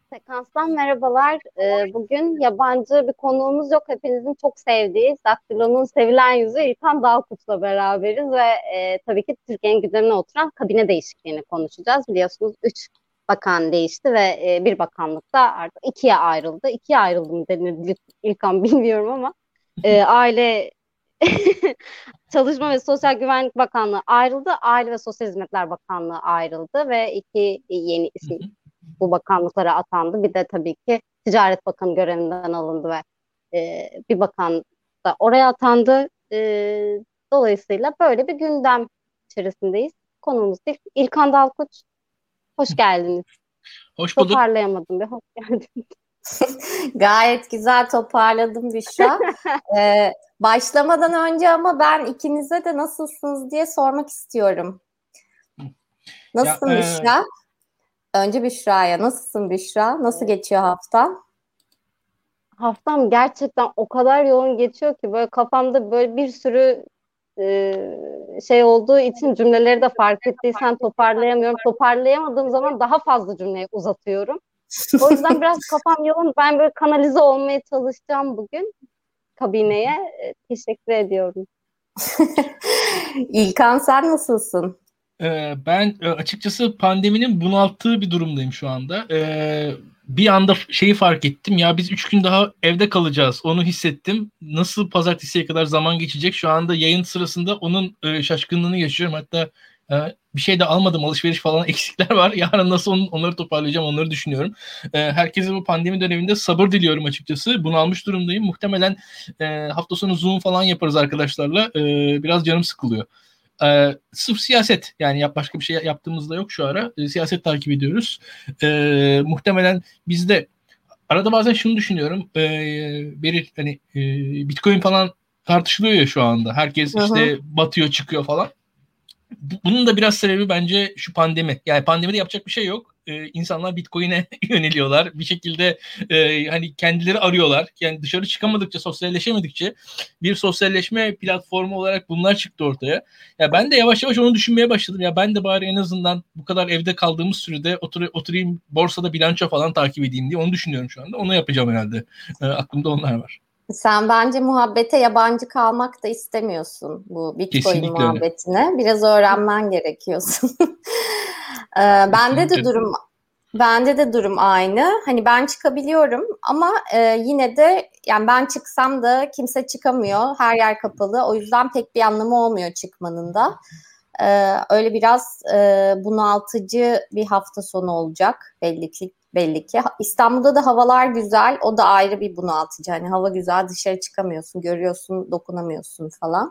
Sekans'tan merhabalar. Bugün yabancı bir konuğumuz yok. Hepinizin çok sevdiği Daktilo'nun sevilen yüzü İlkan Dalkut'la beraberiz ve tabii ki Türkiye'nin gündemine oturan kabine değişikliğini konuşacağız. Biliyorsunuz 3 bakan değişti ve bir bakanlık da artık ikiye ayrıldı. İkiye ayrıldı mı denir İlkan bilmiyorum ama aile Çalışma ve Sosyal Güvenlik Bakanlığı ayrıldı. Aile ve Sosyal Hizmetler Bakanlığı ayrıldı ve iki yeni isim bu bakanlıklara atandı. Bir de tabii ki Ticaret Bakanı görevinden alındı ve bir bakan da oraya atandı. Dolayısıyla böyle bir gündem içerisindeyiz. Konumuz değil. İlkan Dalkuç, hoş geldiniz. Hoş bulduk. Toparlayamadım bir hoş geldin. Gayet güzel toparladım Büşra. Başlamadan önce ama ben ikinize de nasılsınız diye sormak istiyorum. Ya Nasılsın Büşra? Önce Büşra'ya. Nasılsın Büşra? Nasıl geçiyor haftan? Haftam gerçekten o kadar yoğun geçiyor ki böyle kafamda böyle bir sürü şey olduğu için cümleleri de fark ettiysen toparlayamıyorum. Toparlayamadığım zaman daha fazla cümleyi uzatıyorum. O yüzden biraz kafam yoğun. Ben böyle kanalize olmaya çalışacağım bugün kabineye. Teşekkür ediyorum. İlkan sen nasılsın? Ben açıkçası pandeminin bunalttığı bir durumdayım şu anda. Bir anda şeyi fark ettim. Ya biz 3 gün daha evde kalacağız. Onu hissettim. Nasıl pazartesiye kadar zaman geçecek? Şu anda yayın sırasında onun şaşkınlığını yaşıyorum. Hatta bir şey de almadım. Alışveriş falan eksikler var. Yarın nasıl onları toparlayacağım onları düşünüyorum. Herkese bu pandemi döneminde sabır diliyorum açıkçası. Bunalmış durumdayım. Muhtemelen hafta sonu Zoom falan yaparız arkadaşlarla. Biraz canım sıkılıyor. Sırf siyaset yani başka bir şey yaptığımız da yok şu ara. Siyaset takip ediyoruz. Muhtemelen bizde arada bazen şunu düşünüyorum. Beril hani Bitcoin falan tartışılıyor ya şu anda. Herkes Hı hı. işte batıyor çıkıyor falan. Bunun da biraz sebebi bence şu pandemi. Yani pandemide yapacak bir şey yok. İnsanlar Bitcoin'e yöneliyorlar. Bir şekilde hani kendileri arıyorlar. Yani dışarı çıkamadıkça, sosyalleşemedikçe bir sosyalleşme platformu olarak bunlar çıktı ortaya. Ya ben de yavaş yavaş onu düşünmeye başladım. Ya ben de bari en azından bu kadar evde kaldığımız sürede oturayım borsada bilanço falan takip edeyim diye onu düşünüyorum şu anda. Onu yapacağım herhalde. Aklımda onlar var. Sen bence muhabbete yabancı kalmak da istemiyorsun bu Bitcoin Kesinlikle öyle. muhabbetine. Biraz öğrenmen gerekiyorsun. Bende de Kesinlikle. durum aynı. Hani ben çıkabiliyorum ama yine de yani ben çıksam da kimse çıkamıyor. Her yer kapalı. O yüzden pek bir anlamı olmuyor çıkmanın da. Öyle biraz bunaltıcı bir hafta sonu olacak belli ki. İstanbul'da da havalar güzel. O da ayrı bir bunaltıcı. Hani hava güzel, dışarı çıkamıyorsun, görüyorsun, dokunamıyorsun falan.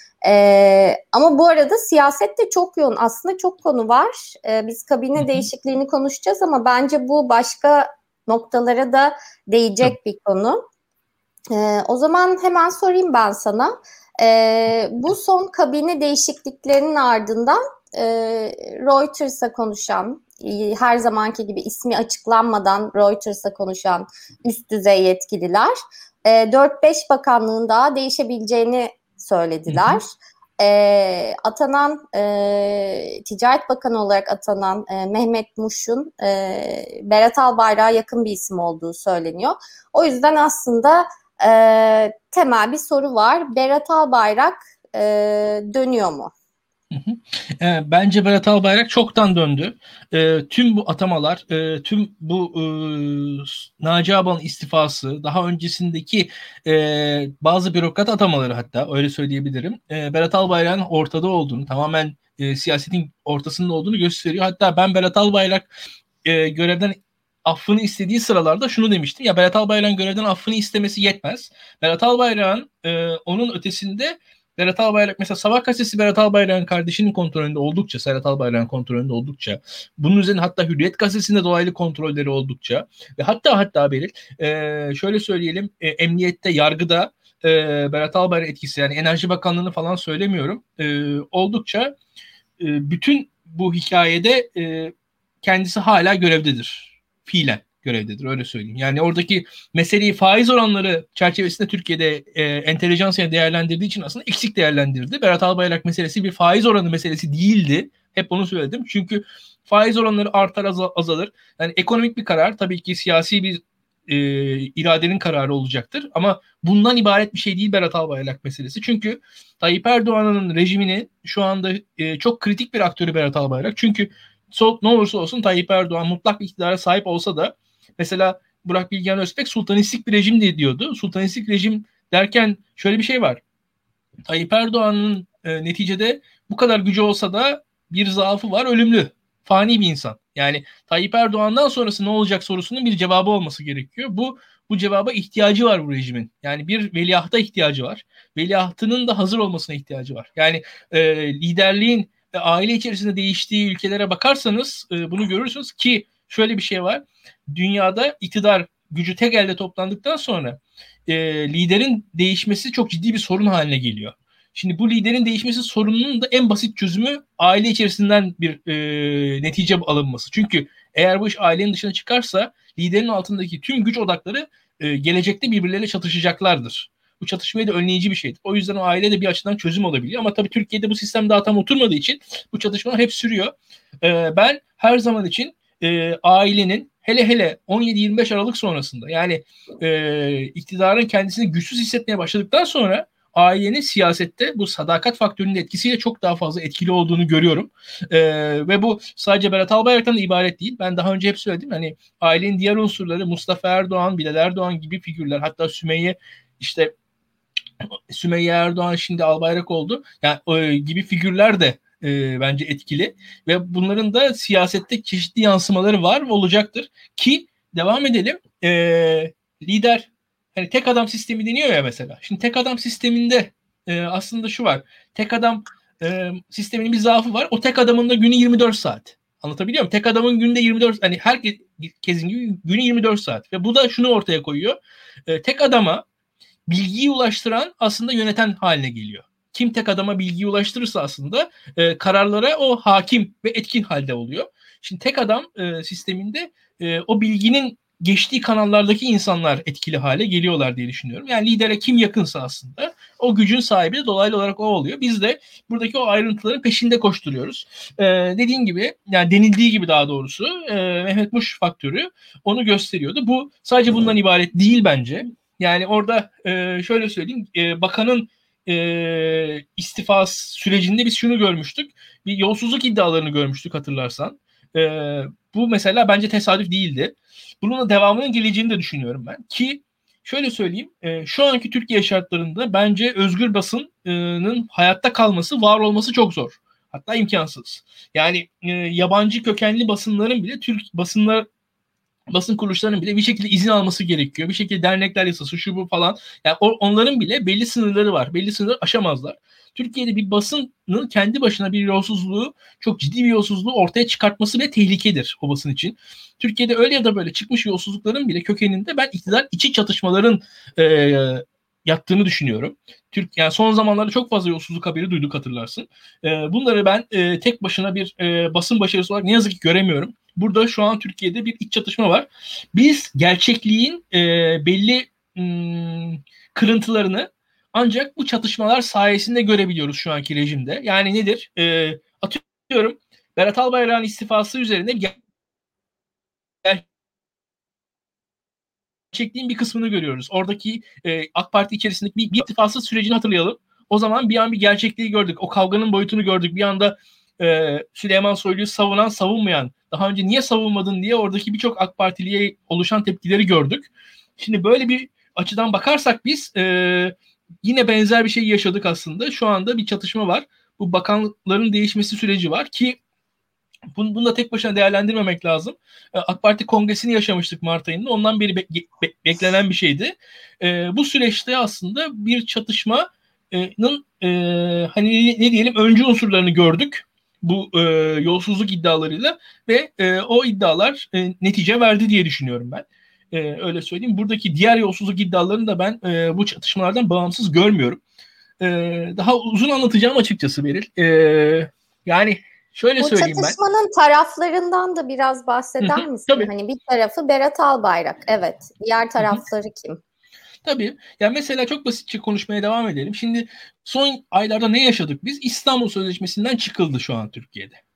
Ama bu arada siyaset de çok yoğun. Aslında çok konu var. Biz Hı kabine hı. değişikliğini konuşacağız ama bence bu başka noktalara da Tabii. değecek bir konu. O zaman hemen sorayım ben sana. Bu son kabine değişikliklerinin ardından e, Reuters'a konuşan, her zamanki gibi ismi açıklanmadan Reuters'a konuşan üst düzey yetkililer 4-5 bakanlığın daha değişebileceğini Hı hı. söylediler. Atanan Ticaret Bakanı olarak atanan Mehmet Muş'un Berat Albayrak'a yakın bir isim olduğu söyleniyor. O yüzden aslında temel bir soru var. Berat Albayrak dönüyor mu? Hı hı. Bence Berat Albayrak çoktan döndü. Tüm bu atamalar, tüm bu Naci Ağbal'ın istifası, daha öncesindeki bazı bürokrat atamaları hatta öyle söyleyebilirim. Berat Albayrak'ın ortada olduğunu, tamamen siyasetin ortasında olduğunu gösteriyor. Hatta ben Berat Albayrak görevden affını istediği sıralarda şunu demiştim. Ya Berat Albayrak'ın görevden affını istemesi yetmez. Berat Albayrak'ın onun ötesinde Berat Albayrak mesela Sabah gazetesi Berat Albayrak'ın kardeşinin kontrolünde oldukça, Serhat Albayrak'ın kontrolünde oldukça, bunun üzerine hatta Hürriyet gazetesinde dolaylı kontrolleri oldukça ve hatta Beril şöyle söyleyelim emniyette, yargıda Berat Albayrak etkisi yani Enerji Bakanlığı'nı falan söylemiyorum oldukça bütün bu hikayede kendisi hala görevdedir. Fiilen görevdedir öyle söyleyeyim. Yani oradaki meseleyi faiz oranları çerçevesinde Türkiye'de entelijansiya değerlendirdiği için aslında eksik değerlendirdi. Berat Albayrak meselesi bir faiz oranı meselesi değildi. Hep onu söyledim. Çünkü Faiz oranları artar azalır. Yani ekonomik bir karar, tabii ki siyasi bir iradenin kararı olacaktır. Ama bundan ibaret bir şey değil Berat Albayrak meselesi. Çünkü Tayyip Erdoğan'ın rejimini şu anda çok kritik bir aktörü Berat Albayrak. Çünkü ne olursa olsun Tayyip Erdoğan mutlak bir iktidara sahip olsa da mesela Burak Bilgehan Özbek sultanistik bir rejim diyordu. Sultanistik rejim derken şöyle bir şey var. Tayyip Erdoğan'ın neticede bu kadar gücü olsa da bir zaafı var, ölümlü. Fani bir insan. Yani Tayyip Erdoğan'dan sonrası ne olacak sorusunun bir cevabı olması gerekiyor. Bu cevaba ihtiyacı var bu rejimin. Yani bir veliahta ihtiyacı var. Veliahtının da hazır olmasına ihtiyacı var. Yani liderliğin aile içerisinde değiştiği ülkelere bakarsanız bunu görürsünüz ki şöyle bir şey var. Dünyada iktidar gücü tek elde toplandıktan sonra liderin değişmesi çok ciddi bir sorun haline geliyor. Şimdi bu liderin değişmesi sorununun da en basit çözümü aile içerisinden bir netice alınması. Çünkü eğer bu iş ailenin dışına çıkarsa liderin altındaki tüm güç odakları gelecekte birbirleriyle çatışacaklardır. Bu çatışmayı da önleyici bir şeydir. O yüzden o aile de bir açıdan çözüm olabiliyor. Ama tabii Türkiye'de bu sistem daha tam oturmadığı için bu çatışmalar hep sürüyor. Ben her zaman için ailenin hele 17-25 Aralık sonrasında yani iktidarın kendisini güçsüz hissetmeye başladıktan sonra ailenin siyasette bu sadakat faktörünün etkisiyle çok daha fazla etkili olduğunu görüyorum. Ve bu sadece Berat Albayrak'tan da ibaret değil. Ben daha önce hep söyledim. Hani ailenin diğer unsurları Mustafa Erdoğan, Bilal Erdoğan gibi figürler, hatta Sümeyye Erdoğan şimdi Albayrak oldu. Yani gibi figürler de bence etkili ve bunların da siyasette çeşitli yansımaları var ve olacaktır ki devam edelim. Lider hani tek adam sistemi deniyor ya mesela. Şimdi tek adam sisteminde aslında şu var. Tek adam sisteminin bir zaafı var. O tek adamın da günü 24 saat. Anlatabiliyor muyum? Tek adamın günde 24 hani herkesin günü 24 saat ve bu da şunu ortaya koyuyor. Tek adama bilgiyi ulaştıran aslında yöneten haline geliyor. Kim tek adama bilgiyi ulaştırırsa aslında kararlara o hakim ve etkin halde oluyor. Şimdi tek adam sisteminde o bilginin geçtiği kanallardaki insanlar etkili hale geliyorlar diye düşünüyorum. Yani lidere kim yakınsa aslında o gücün sahibi de dolaylı olarak o oluyor. Biz de buradaki o ayrıntıların peşinde koşturuyoruz. Dediğim gibi yani denildiği gibi daha doğrusu Mehmet Muş faktörü onu gösteriyordu. Bu sadece bundan ibaret değil bence. Yani orada şöyle söyleyeyim, bakanın istifa sürecinde biz şunu görmüştük. Bir yolsuzluk iddialarını görmüştük hatırlarsan. Bu mesela bence tesadüf değildi. Bunun devamının geleceğini de düşünüyorum ben. Ki şöyle söyleyeyim, şu anki Türkiye şartlarında bence özgür basının hayatta kalması, var olması çok zor. Hatta imkansız. Yani yabancı kökenli basınların bile basın kuruluşlarının bile bir şekilde izin alması gerekiyor. Bir şekilde dernekler yasası şu bu falan. Yani onların bile belli sınırları var. Belli sınırları aşamazlar. Türkiye'de bir basının kendi başına bir yolsuzluğu, çok ciddi bir yolsuzluğu ortaya çıkartması bile tehlikedir o basın için. Türkiye'de öyle ya da böyle çıkmış yolsuzlukların bile kökeninde ben iktidar içi çatışmaların yattığını düşünüyorum. Yani son zamanlarda çok fazla yolsuzluk haberi duyduk hatırlarsın. Bunları ben tek başına bir basın başarısı olarak ne yazık ki göremiyorum. Burada şu an Türkiye'de bir iç çatışma var. Biz gerçekliğin belli kırıntılarını ancak bu çatışmalar sayesinde görebiliyoruz şu anki rejimde. Yani nedir? Atıyorum Berat Albayrak'ın istifası üzerine gerçekliğin bir kısmını görüyoruz. Oradaki AK Parti içerisindeki bir ittifasız sürecini hatırlayalım. O zaman bir an bir gerçekliği gördük. O kavganın boyutunu gördük. Bir anda Süleyman Soylu'yu savunan, savunmayan, daha önce niye savunmadın diye oradaki birçok AK Partiliye oluşan tepkileri gördük. Şimdi böyle bir açıdan bakarsak biz yine benzer bir şey yaşadık aslında. Şu anda bir çatışma var. Bu bakanların değişmesi süreci var ki bunu da tek başına değerlendirmemek lazım. AK Parti kongresini yaşamıştık Mart ayında. Ondan beri beklenen bir şeydi. Bu süreçte aslında bir çatışmanın hani ne diyelim öncü unsurlarını gördük. Bu yolsuzluk iddialarıyla ve o iddialar netice verdi diye düşünüyorum ben. Öyle söyleyeyim. Buradaki diğer yolsuzluk iddialarını da ben bu çatışmalardan bağımsız görmüyorum. Daha uzun anlatacağım açıkçası Beril. Yani şöyle bu söyleyeyim ben. Bu çatışmanın taraflarından da biraz bahseder misin? Tabii. Hani bir tarafı Berat Albayrak. Evet. Diğer tarafları kim? Tabii. Yani mesela çok basitçe konuşmaya devam edelim. Şimdi son aylarda ne yaşadık biz? İstanbul Sözleşmesi'nden çıkıldı şu an Türkiye'de.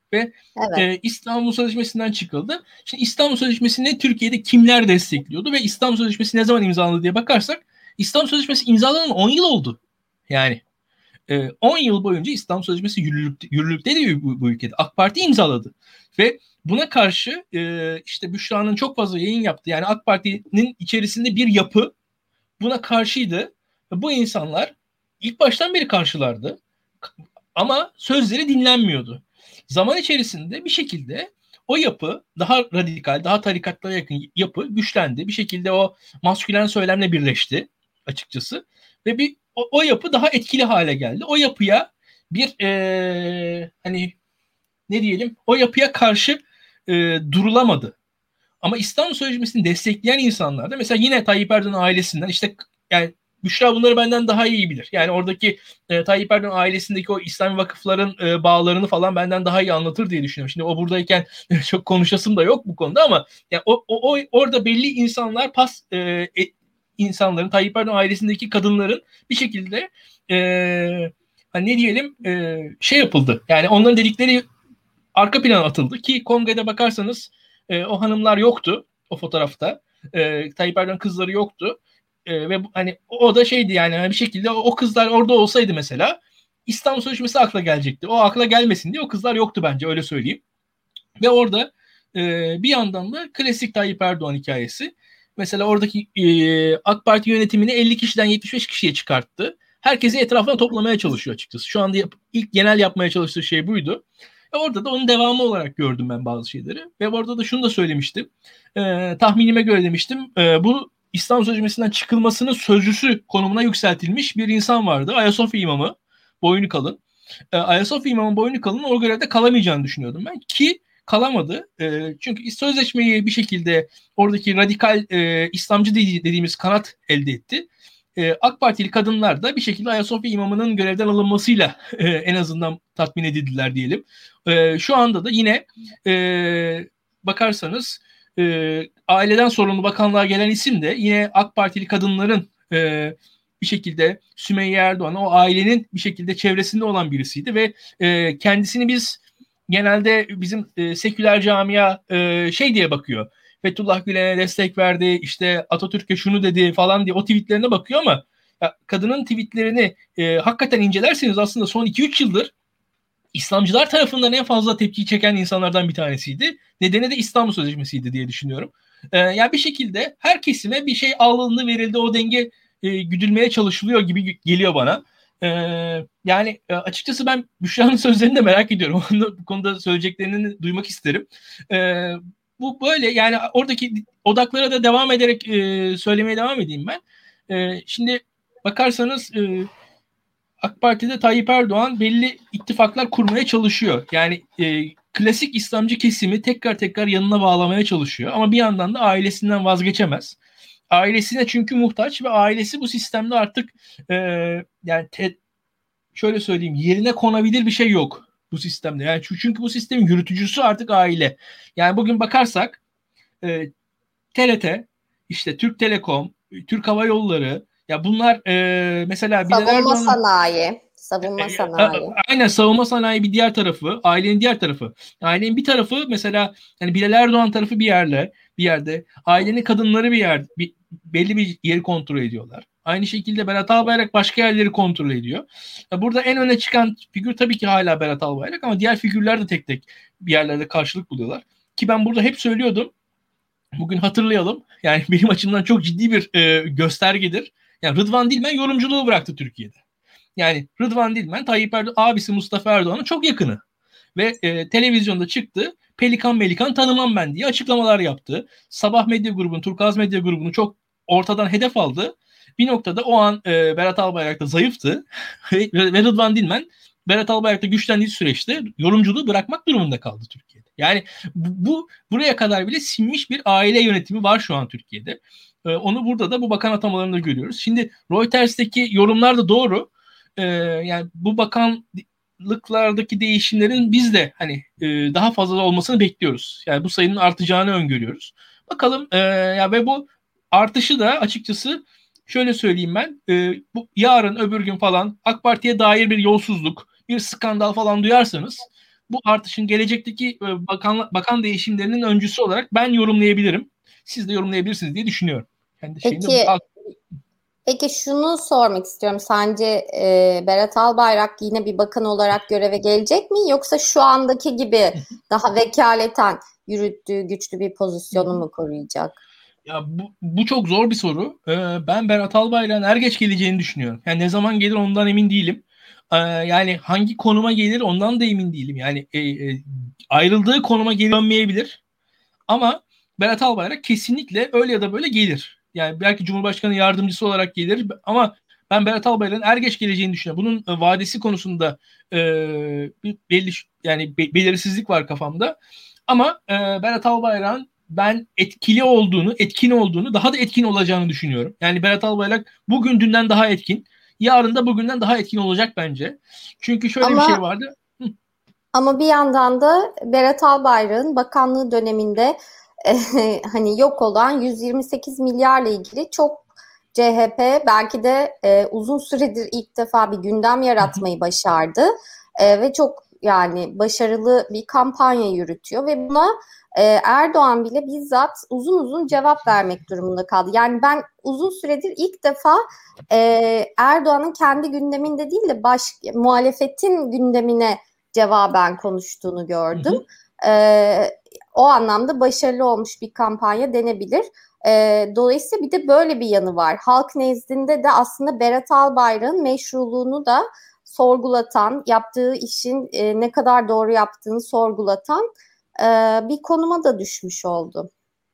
Ve Evet. İstanbul Sözleşmesi'nden çıkıldı. Şimdi İstanbul Sözleşmesi'ni Türkiye'de kimler destekliyordu ve İstanbul Sözleşmesi ne zaman imzalandı diye bakarsak İstanbul Sözleşmesi imzalanan 10 yıl oldu. Yani 10 yıl boyunca İstanbul Sözleşmesi yürürlükteydi bu ülkede. AK Parti imzaladı. Ve buna karşı işte Büşra'nın çok fazla yayın yaptı. Yani AK Parti'nin içerisinde bir yapı buna karşıydı. Bu insanlar ilk baştan beri karşılardı. Ama sözleri dinlenmiyordu. Zaman içerisinde bir şekilde o yapı daha radikal, daha tarikatlara yakın yapı güçlendi. Bir şekilde o maskülen söylemle birleşti açıkçası. Ve o yapı daha etkili hale geldi. O yapıya bir hani ne diyelim, o yapıya karşı durulamadı. Ama İstanbul Sözleşmesi'ni destekleyen insanlar da mesela yine Tayyip Erdoğan ailesinden işte yani Büşra bunları benden daha iyi bilir. Yani oradaki Tayyip Erdoğan ailesindeki o İslami vakıfların bağlarını falan benden daha iyi anlatır diye düşünüyorum. Şimdi o buradayken çok konuşasım da yok bu konuda ama yani orada belli insanlar insanların Tayyip Erdoğan ailesindeki kadınların bir şekilde hani ne diyelim şey yapıldı. Yani onların dedikleri arka plana atıldı ki kongrede bakarsanız o hanımlar yoktu o fotoğrafta. Tayyip Erdoğan kızları yoktu. Ve hani o da şeydi yani bir şekilde o kızlar orada olsaydı mesela İstanbul Sözleşmesi akla gelecekti. O akla gelmesin diye o kızlar yoktu bence, öyle söyleyeyim. Ve orada bir yandan da klasik Tayyip Erdoğan hikayesi. Mesela oradaki AK Parti yönetimini 50 kişiden 75 kişiye çıkarttı. Herkesi etrafına toplamaya çalışıyor açıkçası. Şu anda ilk genel yapmaya çalıştığı şey buydu. Ve orada da onun devamı olarak gördüm ben bazı şeyleri. Ve orada da şunu da söylemiştim. Tahminime göre demiştim. Bu İslam Sözleşmesi'nden çıkılmasının sözcüsü konumuna yükseltilmiş bir insan vardı. Ayasofya İmamı. Boynu kalın. Ayasofya İmamı boynu kalın o görevde kalamayacağını düşünüyordum ben. Ki kalamadı. Çünkü sözleşmeyi bir şekilde oradaki radikal İslamcı dediğimiz kanat elde etti. AK Partili kadınlar da bir şekilde Ayasofya İmamı'nın görevden alınmasıyla en azından tatmin edildiler diyelim. Şu anda da yine bakarsanız aileden sorumlu bakanlığa gelen isim de yine AK Partili kadınların bir şekilde Sümeyye Erdoğan o ailenin bir şekilde çevresinde olan birisiydi ve kendisini biz genelde bizim seküler camia şey diye bakıyor. Fethullah Gülen'e destek verdi, işte Atatürk'e şunu dedi falan diye o tweetlerine bakıyor ama ya, kadının tweetlerini hakikaten incelerseniz aslında son 2-3 yıldır İslamcılar tarafından en fazla tepki çeken insanlardan bir tanesiydi. Nedeni de İstanbul Sözleşmesi'ydi diye düşünüyorum. Yani bir şekilde her kesime bir şey alındı verildi, o denge güdülmeye çalışılıyor gibi geliyor bana. Yani açıkçası ben Büşra'nın sözlerini de merak ediyorum. Bu konuda söyleyeceklerini duymak isterim. Bu böyle yani oradaki odaklara da devam ederek söylemeye devam edeyim ben. Şimdi bakarsanız AK Parti'de Tayyip Erdoğan belli ittifaklar kurmaya çalışıyor. Yani klasik İslamcı kesimi tekrar yanına bağlamaya çalışıyor. Ama bir yandan da ailesinden vazgeçemez. Ailesine çünkü muhtaç ve ailesi bu sistemde artık yani şöyle söyleyeyim, yerine konabilir bir şey yok bu sistemde. Yani çünkü bu sistemin yürütücüsü artık aile. Yani bugün bakarsak TRT, işte Türk Telekom, Türk Hava Yolları, ya bunlar mesela savunma sanayi. Aynen, savunma sanayi bir diğer tarafı, ailenin diğer tarafı. Ailenin bir tarafı mesela yani Bilal Erdoğan tarafı bir yerde, ailenin kadınları belli bir yeri kontrol ediyorlar. Aynı şekilde Berat Albayrak başka yerleri kontrol ediyor. Burada en öne çıkan figür tabii ki hala Berat Albayrak ama diğer figürler de tek tek bir yerlerde karşılık buluyorlar. Ki ben burada hep söylüyordum. Bugün hatırlayalım. Yani benim açımdan çok ciddi bir göstergedir. Yani Rıdvan Dilmen yorumculuğu bıraktı Türkiye'de. Yani Rıdvan Dilmen Tayyip Erdoğan abisi Mustafa Erdoğan'ın çok yakını. Ve televizyonda çıktı. Pelikan tanımam ben diye açıklamalar yaptı. Sabah Medya Grubu'nu, Turkuaz Medya Grubu'nu çok ortadan hedef aldı. Bir noktada o an Berat Albayrak da zayıftı. ve Rıdvan Dilmen Berat Albayrak'ta güçlendiği süreçte yorumculuğu bırakmak durumunda kaldı Türkiye'de. Yani buraya kadar bile sinmiş bir aile yönetimi var şu an Türkiye'de. Onu burada da bu bakan atamalarında görüyoruz. Şimdi Reuters'teki yorumlar da doğru. Yani bu bakanlıklardaki değişimlerin biz de hani daha fazla olmasını bekliyoruz. Yani bu sayının artacağını öngörüyoruz. Bakalım ya ve bu artışı da açıkçası şöyle söyleyeyim ben. Bu yarın öbür gün falan AK Parti'ye dair bir yolsuzluk, bir skandal falan duyarsanız bu artışın gelecekteki bakan değişimlerinin öncüsü olarak ben yorumlayabilirim. Siz de yorumlayabilirsiniz diye düşünüyorum. Kendi Peki şunu sormak istiyorum. Sence Berat Albayrak yine bir bakan olarak göreve gelecek mi? Yoksa şu andaki gibi daha vekaleten yürüttüğü güçlü bir pozisyonu mu koruyacak? Ya bu çok zor bir soru. Ben Berat Albayrak'ın er geç geleceğini düşünüyorum. Yani ne zaman gelir ondan emin değilim. Yani hangi konuma gelir ondan da emin değilim. Yani ayrıldığı konuma geri dönmeyebilir. Ama Berat Albayrak kesinlikle öyle ya da böyle gelir. Yani belki Cumhurbaşkanı yardımcısı olarak gelir ama ben Berat Albayrak'ın er geç geleceğini düşünüyorum. Bunun vadesi konusunda belli yani belirsizlik var kafamda. Ama Berat Albayrak'ın ben etkin olduğunu, daha da etkin olacağını düşünüyorum. Yani Berat Albayrak bugün dünden daha etkin, yarın da bugünden daha etkin olacak bence. Çünkü şöyle bir şey vardı. Ama bir yandan da Berat Albayrak'ın bakanlığı döneminde hani yok olan 128 milyarla ilgili çok CHP belki de uzun süredir ilk defa bir gündem yaratmayı başardı ve çok yani başarılı bir kampanya yürütüyor ve buna Erdoğan bile bizzat uzun uzun cevap vermek durumunda kaldı. Yani ben uzun süredir ilk defa Erdoğan'ın kendi gündeminde değil de muhalefetin gündemine cevaben konuştuğunu gördüm. O anlamda başarılı olmuş bir kampanya denebilir. Dolayısıyla bir de böyle bir yanı var. Halk nezdinde de aslında Berat Albayrak'ın meşruluğunu da sorgulatan, yaptığı işin ne kadar doğru yaptığını sorgulatan bir konuma da düşmüş oldu.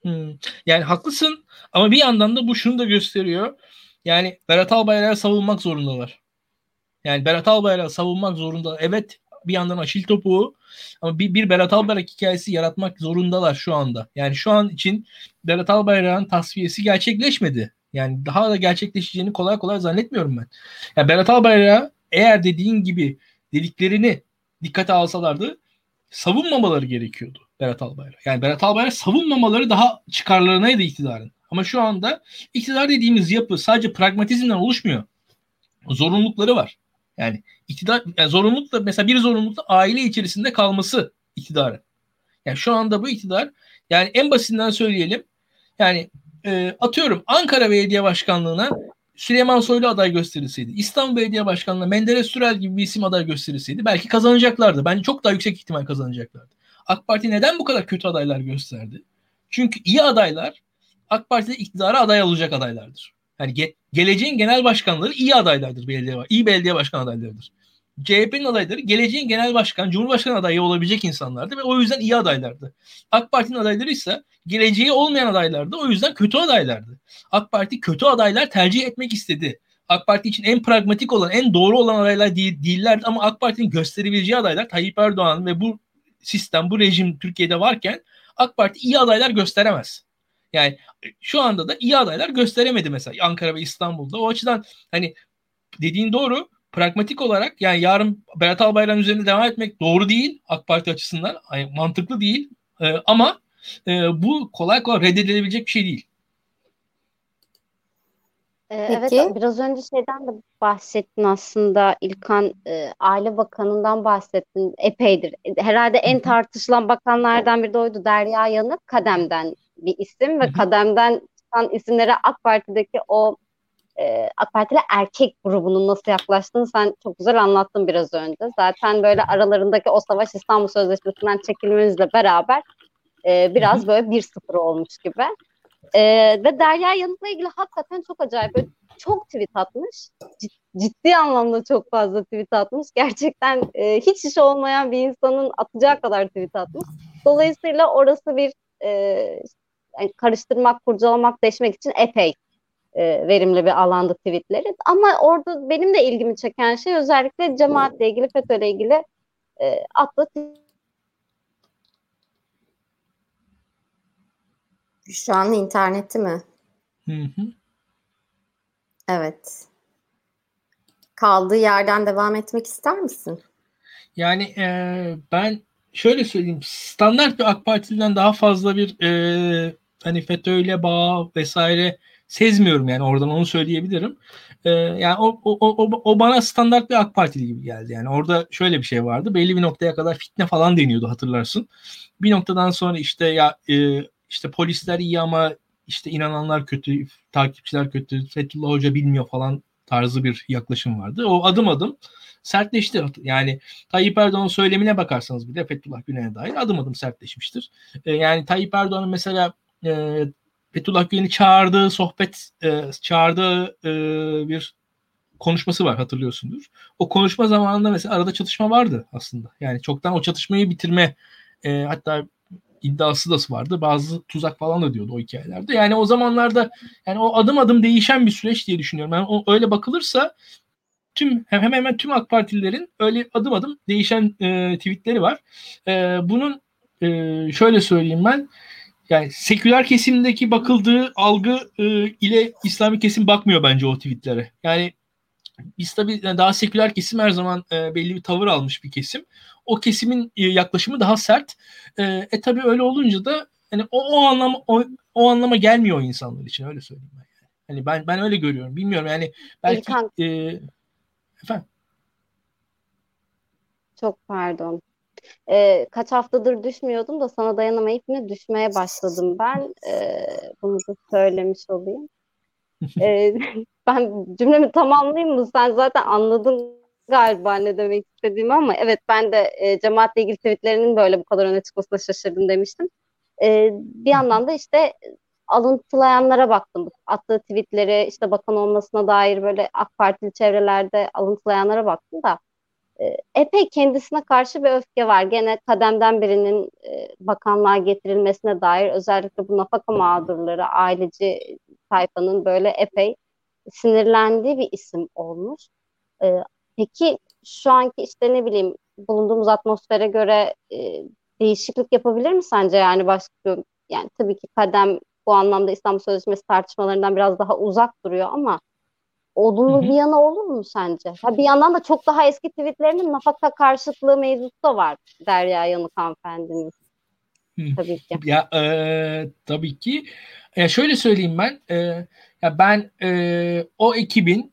Yani haklısın ama bir yandan da bu şunu da gösteriyor. Yani Berat Albayrak'ı savunmak zorundalar. Yani Berat Albayrak'ı savunmak zorunda. Evet, bir yandan Aşil topuğu ama bir Berat Albayrak hikayesi yaratmak zorundalar şu anda. Yani şu an için Berat Albayrak'ın tasfiyesi gerçekleşmedi. Yani daha da gerçekleşeceğini kolay kolay zannetmiyorum ben. Yani Berat Albayrak eğer dediğin gibi dediklerini dikkate alsalardı savunmamaları gerekiyordu Berat Albayrak. Yani Berat Albayrak savunmamaları daha çıkarlarınaydı iktidarın. Ama şu anda iktidar dediğimiz yapı sadece pragmatizmden oluşmuyor. Zorunlulukları var. Yani iktidar yani zorunlulukla mesela bir zorunlulukla aile içerisinde kalması iktidarın. Yani şu anda bu iktidar yani en basitinden söyleyelim. Yani atıyorum Ankara Belediye Başkanlığı'na Süleyman Soylu aday gösterilseydi, İstanbul Belediye Başkanlığı'na Menderes Sürel gibi bir isim aday gösterilseydi belki kazanacaklardı. Bence çok daha yüksek ihtimal kazanacaklardı. AK Parti neden bu kadar kötü adaylar gösterdi? Çünkü iyi adaylar AK Parti'de iktidara aday olacak adaylardır. Yani geleceğin genel başkanları iyi adaylardır, iyi belediye başkan adaylarıdır. CHP'nin adayları geleceğin genel başkan, cumhurbaşkanı adayı olabilecek insanlardı ve o yüzden iyi adaylardı. AK Parti'nin adayları ise geleceği olmayan adaylardı. O yüzden kötü adaylardı. AK Parti kötü adaylar tercih etmek istedi. AK Parti için en pragmatik olan, en doğru olan adaylar değillerdi ama AK Parti'nin gösterebileceği adaylar Tayyip Erdoğan ve bu sistem, bu rejim Türkiye'de varken AK Parti iyi adaylar gösteremez. Yani şu anda da iyi adaylar gösteremedi mesela Ankara ve İstanbul'da. O açıdan hani dediğin doğru. Pragmatik olarak yani yarın Berat Albayrak'ın üzerinde devam etmek doğru değil AK Parti açısından. Yani mantıklı değil. Ama bu kolay kolay reddedilebilecek bir şey değil. Evet, biraz önce şeyden de bahsettin aslında İlkan, Aile Bakanı'ndan bahsettin epeydir. Herhalde en tartışılan bakanlardan biri de oydu. Derya Yanık Kadem'den bir isim ve Kadem'den çıkan isimlere AK Parti'deki o AK Partili erkek grubunun nasıl yaklaştığını sen çok güzel anlattın biraz önce. Zaten böyle aralarındaki o savaş İstanbul Sözleşmesi'nden çekilmenizle beraber biraz böyle 1-0 olmuş gibi. Ve Derya Yanık'la ilgili hakikaten çok acayip. Böyle çok tweet atmış. Ciddi anlamda çok fazla tweet atmış. Gerçekten hiç işi olmayan bir insanın atacağı kadar tweet atmış. Dolayısıyla orası bir yani karıştırmak, kurcalamak, deşmek için epey verimli bir alanda tweetleri. Ama orada benim de ilgimi çeken şey özellikle cemaatle ilgili, FETÖ'yle ilgili attığı. Şu an interneti mi? Evet. Kaldığı yerden devam etmek ister misin? Yani ben şöyle söyleyeyim. Standart bir AK Partili'den daha fazla bir hani FETÖ'yle bağ vesaire sezmiyorum yani, oradan onu söyleyebilirim. Yani o bana standart bir AK Partili gibi geldi. Yani orada şöyle bir şey vardı. Belli bir noktaya kadar fitne falan deniyordu, hatırlarsın. Bir noktadan sonra işte ya işte polisler iyi ama işte inananlar kötü, takipçiler kötü, Fethullah Hoca bilmiyor falan tarzı bir yaklaşım vardı. O adım adım sertleşti. Yani Tayyip Erdoğan'ın söylemine bakarsanız bile Fethullah Gülen'e dair adım adım sertleşmiştir. Yani Tayyip Erdoğan'ın mesela Fethullah Gülen'i çağırdığı bir konuşması var, hatırlıyorsundur. O konuşma zamanında mesela arada çatışma vardı aslında. Yani çoktan o çatışmayı bitirme hatta iddiası da vardı. Bazı tuzak falan da diyordu o hikayelerde. Yani o zamanlarda yani o adım adım değişen bir süreç diye düşünüyorum. Yani öyle bakılırsa hemen hemen tüm AK Partililerin öyle adım adım değişen tweetleri var. Bunun şöyle söyleyeyim ben, yani seküler kesimdeki bakıldığı algı ile İslami kesim bakmıyor bence o tweetlere. Yani biz tabii daha seküler kesim her zaman belli bir tavır almış bir kesim. O kesimin yaklaşımı daha sert. Tabii öyle olunca da hani o anlama gelmiyor o insanlar için, öyle söyleyeyim ben. Yani. Hani ben öyle görüyorum. Bilmiyorum yani, belki İlkan, efendim. çok pardon. Kaç haftadır düşmüyordum da sana dayanamayıp yine düşmeye başladım ben. Bunu da söylemiş olayım. Ee, Ben cümlemi tamamlayayım mı? Sen zaten anladın galiba ne demek istediğimi, ama evet, ben de cemaatle ilgili tweetlerinin böyle bu kadar öne çıkmasına şaşırdım demiştim. Bir yandan da işte alıntılayanlara baktım. Attığı tweetleri, işte bakan olmasına dair böyle AK Partili çevrelerde alıntılayanlara baktım da epey kendisine karşı bir öfke var. Gene kademden birinin bakanlığa getirilmesine dair, özellikle bu nafaka mağdurları, aileci tayfanın böyle epey sinirlendiği bir isim olmuş. E, peki şu anki işte ne bileyim bulunduğumuz atmosfere göre değişiklik yapabilir mi sence? Yani başka, yani tabii ki kadem bu anlamda İstanbul Sözleşmesi tartışmalarından biraz daha uzak duruyor, ama Hı olumlu bir hı. yanı olur mu sence? Ha, bir yandan da çok daha eski tweetlerinin nafaka karşıtlığı mevzusu da var, Derya Yanık hanımefendinin, Hı. tabii ki. Ya tabii ki. Şöyle söyleyeyim ben. Ya ben o ekibin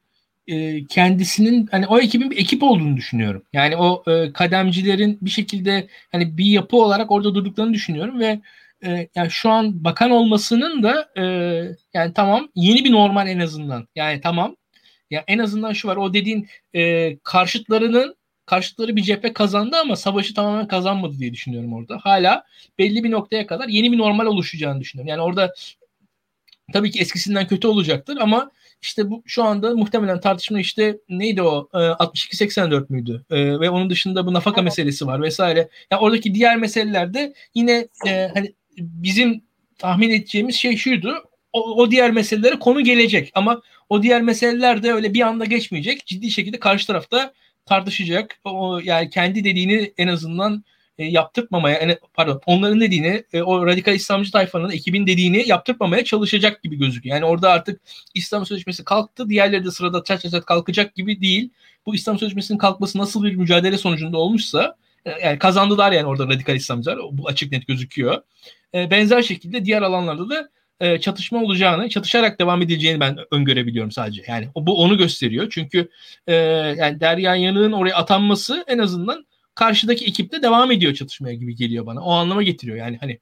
kendisinin, hani o ekibin bir ekip olduğunu düşünüyorum. Yani o kademcilerin bir şekilde hani bir yapı olarak orada durduklarını düşünüyorum ve yani şu an bakan olmasının da yani tamam, yeni bir normal en azından. Yani tamam. Ya en azından şu var. O dediğin karşıtları bir cephe kazandı ama savaşı tamamen kazanmadı diye düşünüyorum orada. Hala belli bir noktaya kadar yeni bir normal oluşacağını düşünüyorum. Yani orada tabii ki eskisinden kötü olacaktır ama işte bu şu anda muhtemelen tartışma işte neydi o 62-84 müydü? Ve onun dışında bu nafaka Evet. meselesi var vesaire. Yani oradaki diğer meselelerde yine hani bizim tahmin edeceğimiz şey şuydu. O diğer meselelere konu gelecek ama o diğer meseleler de öyle bir anda geçmeyecek. Ciddi şekilde karşı tarafta tartışacak. Yani kendi dediğini en azından yaptırtmamaya, yani pardon, onların dediğini o radikal İslamcı tayfanın, ekibin dediğini yaptırtmamaya çalışacak gibi gözüküyor. Yani orada artık İslam Sözleşmesi kalktı, diğerleri de sırada çat çat çat kalkacak gibi değil. Bu İslam Sözleşmesi'nin kalkması nasıl bir mücadele sonucunda olmuşsa yani kazandılar yani orada radikal İslamcılar, bu açık net gözüküyor. Benzer şekilde diğer alanlarda da çatışma olacağını, çatışarak devam edeceğini ben öngörebiliyorum sadece. Yani bu onu gösteriyor. Çünkü yani Derya Yanık'ın oraya atanması en azından karşıdaki ekiple devam ediyor çatışmaya gibi geliyor bana. O anlama getiriyor yani hani.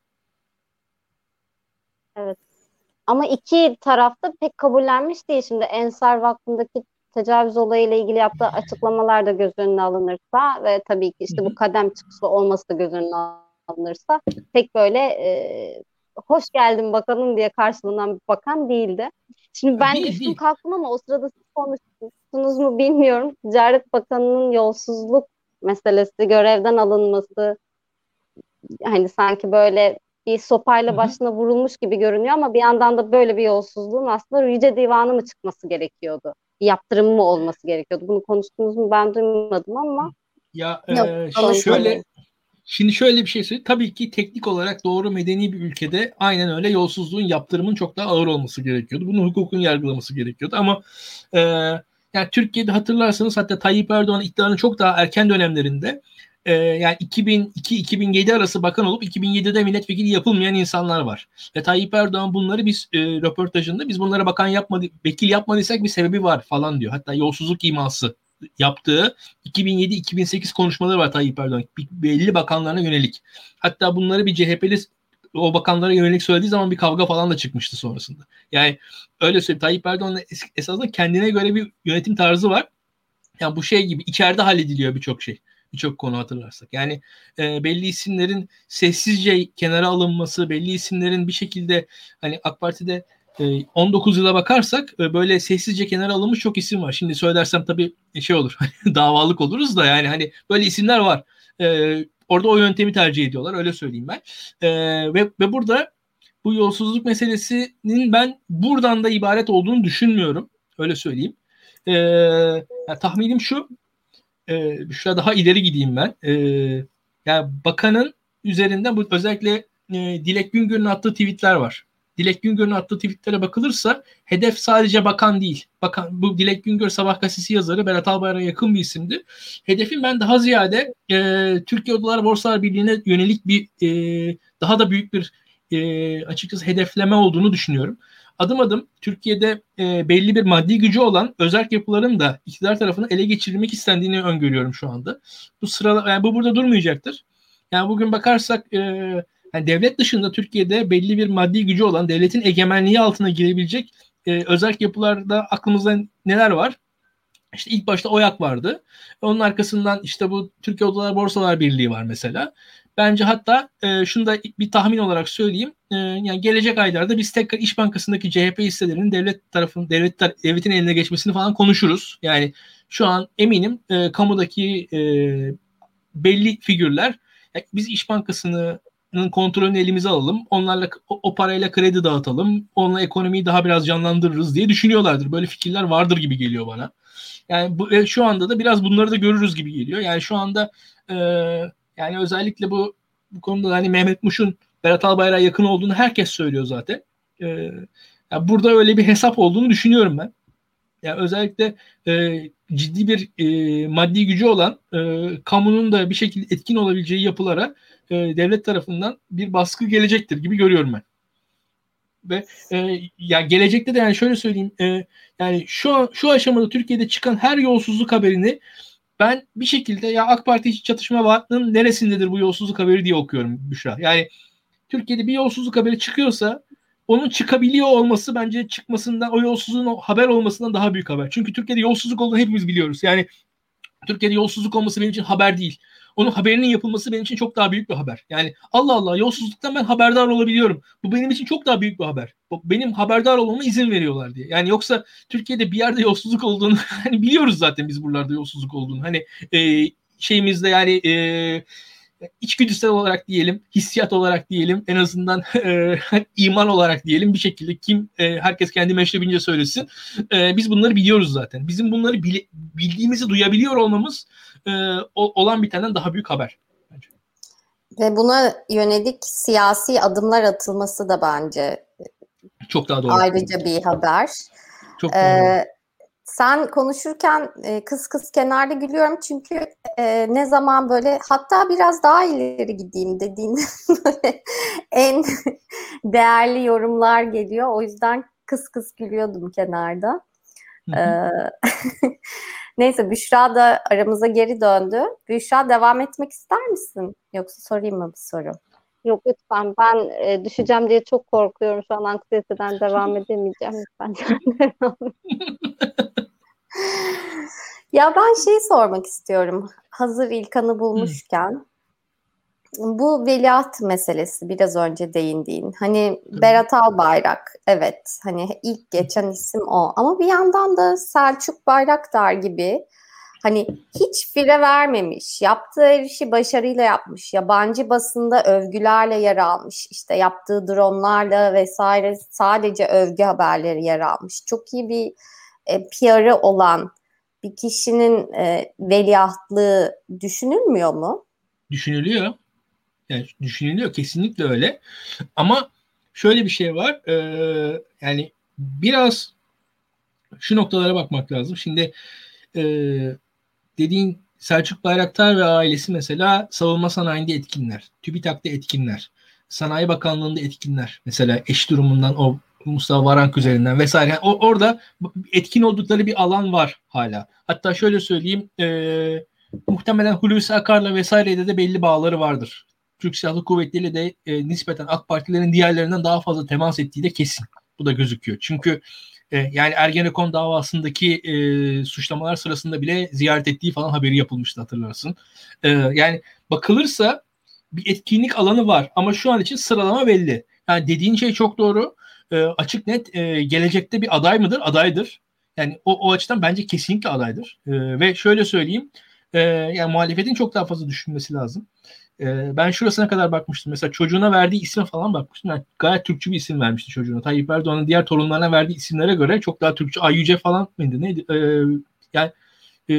Evet. Ama iki tarafta pek kabullenmiş değil. Şimdi Ensar Vakfı'ndaki tecavüz olayıyla ilgili yaptığı açıklamalar da göz önüne alınırsa ve tabii ki Hı işte bu hı. kadem çıkışı olması da göz önüne alınırsa, pek böyle hoş geldin bakanım diye karşılanan bir bakan değildi. Şimdi ben Değil düştüm değil. kalktım ama o sırada siz konuştunuz mu bilmiyorum. Ticaret Bakanı'nın yolsuzluk meselesi, görevden alınması, hani sanki böyle bir Hı sopayla hı. başına vurulmuş gibi görünüyor, ama bir yandan da böyle bir yolsuzluğun aslında Yüce Divanı mı çıkması gerekiyordu? Bir yaptırım mı olması gerekiyordu? Bunu konuştunuz mu ben duymadım ama Ya Yok, şöyle, konuşmadım. şimdi şöyle bir şey söyleyeyim. Tabii ki teknik olarak doğru, medeni bir ülkede aynen öyle, yolsuzluğun yaptırımın çok daha ağır olması gerekiyordu. Bunu hukukun yargılaması gerekiyordu ama e, yani Türkiye'de hatırlarsanız hatta Tayyip Erdoğan iktidarının çok daha erken dönemlerinde Yani 2002-2007 arası bakan olup 2007'de milletvekili yapılmayan insanlar var. Ve Tayyip Erdoğan bunları biz röportajında biz bunlara bakan yapmadı, vekil yapmadıysak bir sebebi var falan diyor. Hatta yolsuzluk iması yaptığı 2007-2008 konuşmaları var Tayyip Erdoğan. Belli bakanlarına yönelik. Hatta bunları bir CHP'li o bakanlara yönelik söylediği zaman bir kavga falan da çıkmıştı sonrasında. Yani öyle söyleyeyim. Tayyip Erdoğan'ın esasında kendine göre bir yönetim tarzı var. Yani bu şey gibi içeride hallediliyor birçok şey. Birçok konu hatırlarsak. Yani belli isimlerin sessizce kenara alınması, belli isimlerin bir şekilde hani AK Parti'de 19 yıla bakarsak böyle sessizce kenara alınmış çok isim var. Şimdi söylersem tabii şey olur. Davalık oluruz da yani hani böyle isimler var. Orada o yöntemi tercih ediyorlar. Öyle söyleyeyim ben. Ve burada bu yolsuzluk meselesinin ben buradan da ibaret olduğunu düşünmüyorum. Öyle söyleyeyim. Yani tahminim şu. Şurada daha ileri gideyim ben. Yani bakanın üzerinden bu özellikle Dilek Güngör'ün attığı tweetler var. Dilek Güngör'ün attığı tweetlere bakılırsa hedef sadece bakan değil. Bakan, bu Dilek Güngör Sabah gazetesi yazarı Berat Albayrak'a yakın bir isimdi. Hedefin ben daha ziyade Türkiye Odalar Borsalar Birliği'ne yönelik bir daha da büyük bir açıkçası hedefleme olduğunu düşünüyorum. Adım adım Türkiye'de belli bir maddi gücü olan özerk yapıların da iktidar tarafından ele geçirilmek istendiğini öngörüyorum şu anda. Bu sıra yani bu burada durmayacaktır. Yani bugün bakarsak yani devlet dışında Türkiye'de belli bir maddi gücü olan devletin egemenliği altına girebilecek özerk yapılarda aklımızda neler var? İşte ilk başta OYAK vardı. Onun arkasından işte bu Türkiye Odalar Borsalar Birliği var mesela. Bence hatta şunu da bir tahmin olarak söyleyeyim. Yani gelecek aylarda biz tekrar İş Bankası'ndaki CHP hisselerinin devletin eline geçmesini falan konuşuruz. Yani şu an eminim kamudaki belli figürler biz İş Bankası'nın kontrolünü elimize alalım. Onlarla o parayla kredi dağıtalım. Onunla ekonomiyi daha biraz canlandırırız diye düşünüyorlardır. Böyle fikirler vardır gibi geliyor bana. Yani şu anda da biraz bunları da görürüz gibi geliyor. Yani şu anda yani özellikle bu konuda hani Mehmet Muş'un Berat Albayrak'a yakın olduğunu herkes söylüyor zaten. Yani burada öyle bir hesap olduğunu düşünüyorum ben. Yani özellikle ciddi bir maddi gücü olan kamunun da bir şekilde etkin olabileceği yapılara devlet tarafından bir baskı gelecektir gibi görüyorum ben. Ve ya gelecekte de yani şöyle söyleyeyim yani şu aşamada Türkiye'de çıkan her yolsuzluk haberini ben bir şekilde ya AK Parti içi çatışma vaatinin neresindedir bu yolsuzluk haberi diye okuyorum Büşra. Yani Türkiye'de bir yolsuzluk haberi çıkıyorsa onun çıkabiliyor olması bence çıkmasından o yolsuzluğun haber olmasından daha büyük haber. Çünkü Türkiye'de yolsuzluk olduğunu hepimiz biliyoruz. Yani Türkiye'de yolsuzluk olması benim için haber değil. Onun haberinin yapılması benim için çok daha büyük bir haber. Yani Allah Allah yolsuzluktan ben haberdar olabiliyorum. Bu benim için çok daha büyük bir haber. Benim haberdar olmama izin veriyorlar diye. Yani yoksa Türkiye'de bir yerde yolsuzluk olduğunu hani biliyoruz zaten biz buralarda yolsuzluk olduğunu. Hani şeyimizde yani içgüdüsel olarak diyelim, hissiyat olarak diyelim, en azından iman olarak diyelim bir şekilde herkes kendi meşrebince söylesin. Biz bunları biliyoruz zaten. Bizim bunları bildiğimizi duyabiliyor olmamız olan bitenden daha büyük haber. Bence. Ve buna yönelik siyasi adımlar atılması da bence çok daha doğru. Ayrıca bir haber. Çok daha doğru. Sen konuşurken kıs kenarda gülüyorum çünkü ne zaman böyle hatta biraz daha ileri gideyim dediğinde böyle en değerli yorumlar geliyor. O yüzden kıs gülüyordum kenarda. Neyse Büşra da aramıza geri döndü. Büşra devam etmek ister misin? Yoksa sorayım mı bir soru? Yok lütfen ben düşeceğim diye çok korkuyorum. Şu an anksiyeteden devam edemeyeceğim. Lütfen devam edin. Ya ben şeyi sormak istiyorum. Hazır İlkan'ı bulmuşken. Bu veliaht meselesi biraz önce değindiğin. Hani Berat Albayrak evet hani ilk geçen isim o. Ama bir yandan da Selçuk Bayraktar gibi hani hiç fire vermemiş. Yaptığı her işi başarıyla yapmış. Yabancı basında övgülerle yer almış. İşte yaptığı dronlarla vesaire sadece övgü haberleri yer almış. Çok iyi bir PR'ı olan bir kişinin veliahtlığı düşünülmüyor mu? Düşünülüyor. Yani düşünülüyor. Kesinlikle öyle. Ama şöyle bir şey var. Yani biraz şu noktalara bakmak lazım. Şimdi dediğin Selçuk Bayraktar ve ailesi mesela savunma sanayinde etkinler. TÜBİTAK'ta etkinler. Sanayi Bakanlığı'nda etkinler. Mesela eş durumundan o Mustafa Varank üzerinden vesaire. Yani orada etkin oldukları bir alan var hala. Hatta şöyle söyleyeyim, muhtemelen Hulusi Akar'la vesaireyle de belli bağları vardır. Türk Silahlı Kuvvetleri ile de nispeten AK Partilerin diğerlerinden daha fazla temas ettiği de kesin. Bu da gözüküyor. Çünkü yani Ergenekon davasındaki suçlamalar sırasında bile ziyaret ettiği falan haberi yapılmıştı, hatırlarsın. Yani bakılırsa bir etkinlik alanı var ama şu an için sıralama belli. Yani dediğin şey çok doğru. Açık net gelecekte bir aday mıdır? Adaydır. Yani o açıdan bence kesinlikle adaydır. Ve şöyle söyleyeyim, yani muhalefetin çok daha fazla düşünmesi lazım. Ben şurasına kadar bakmıştım. Mesela çocuğuna verdiği isme falan bakmıştım. Yani gayet Türkçü bir isim vermişti çocuğuna. Tayyip Erdoğan'ın diğer torunlarına verdiği isimlere göre çok daha Türkçe. Ayyüce falan mıydı? Neydi? Yani e,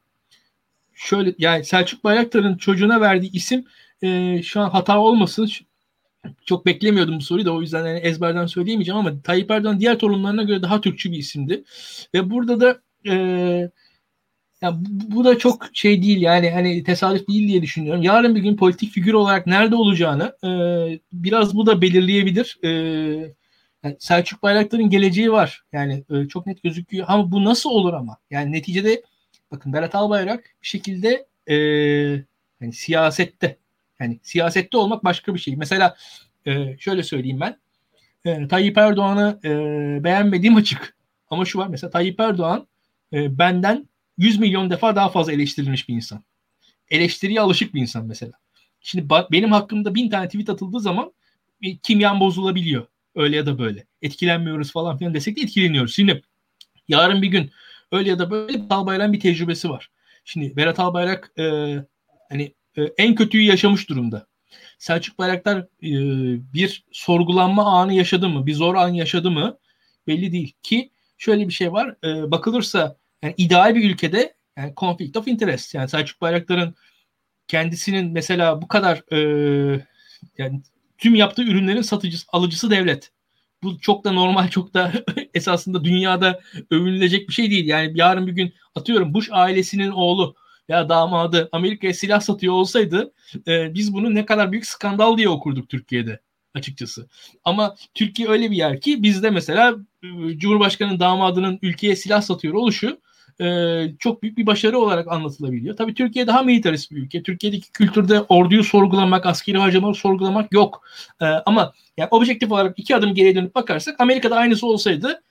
şöyle, yani Selçuk Bayraktar'ın çocuğuna verdiği isim, şu an hata olmasın. Çok beklemiyordum bu soruyu da, o yüzden yani ezberden söyleyemeyeceğim, ama Tayyip Erdoğan diğer torunlarına göre daha Türkçü bir isimdi. Ve burada da yani bu da çok şey değil, yani hani tesadüf değil diye düşünüyorum. Yarın bir gün politik figür olarak nerede olacağını biraz bu da belirleyebilir. Yani Selçuk Bayraktar'ın geleceği var. Yani çok net gözüküyor. Ama bu nasıl olur ama? Yani neticede bakın, Berat Albayrak bir şekilde hani siyasette, yani siyasette olmak başka bir şey. Mesela şöyle söyleyeyim ben. Tayyip Erdoğan'ı beğenmediğim açık. Ama şu var, mesela Tayyip Erdoğan benden 100 milyon defa daha fazla eleştirilmiş bir insan. Eleştiriye alışık bir insan mesela. Şimdi benim hakkımda 1000 tane tweet atıldığı zaman kimyam bozulabiliyor. Öyle ya da böyle. Etkilenmiyoruz falan filan desek de etkileniyoruz. Şimdi yarın bir gün öyle ya da böyle Berat Albayrak'ın bir tecrübesi var. Şimdi Berat Albayrak hani en kötüyü yaşamış durumda. Selçuk Bayraktar bir sorgulanma anı yaşadı mı? Bir zor an yaşadı mı? Belli değil. Ki şöyle bir şey var. Bakılırsa yani ideal bir ülkede, yani conflict of interest. Yani Selçuk Bayraktar'ın kendisinin mesela bu kadar yani tüm yaptığı ürünlerin satıcısı, alıcısı devlet. Bu çok da normal, çok da esasında dünyada övünülecek bir şey değil. Yani yarın bir gün atıyorum Bush ailesinin oğlu ya damadı Amerika'ya silah satıyor olsaydı biz bunu ne kadar büyük skandal diye okurduk Türkiye'de açıkçası. Ama Türkiye öyle bir yer ki bizde mesela Cumhurbaşkanı'nın damadının ülkeye silah satıyor oluşu çok büyük bir başarı olarak anlatılabiliyor. Tabii Türkiye daha militarist bir ülke. Türkiye'deki kültürde orduyu sorgulamak, askeri harcamaları sorgulamak yok. Ama yani objektif olarak 2 adım geriye dönüp bakarsak, Amerika'da aynısı olsaydı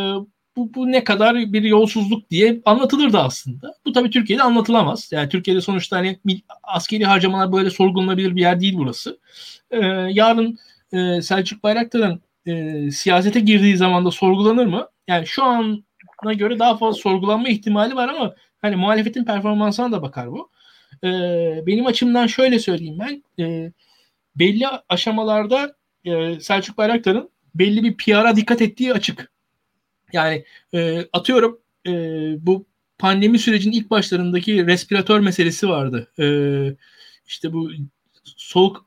bu ne kadar bir yolsuzluk diye anlatılırdı aslında. Bu tabii Türkiye'de anlatılamaz. Yani Türkiye'de sonuçta hani askeri harcamalar böyle sorgulanabilir bir yer değil burası. Yarın Selçuk Bayraktar'ın siyasete girdiği zaman da sorgulanır mı? Yani şu ana göre daha fazla sorgulanma ihtimali var, ama hani muhalefetin performansına da bakar bu. Benim açımdan şöyle söyleyeyim ben. Belli aşamalarda Selçuk Bayraktar'ın belli bir PR'a dikkat ettiği açık. Yani atıyorum bu pandemi sürecinin ilk başlarındaki respiratör meselesi vardı. İşte bu soğuk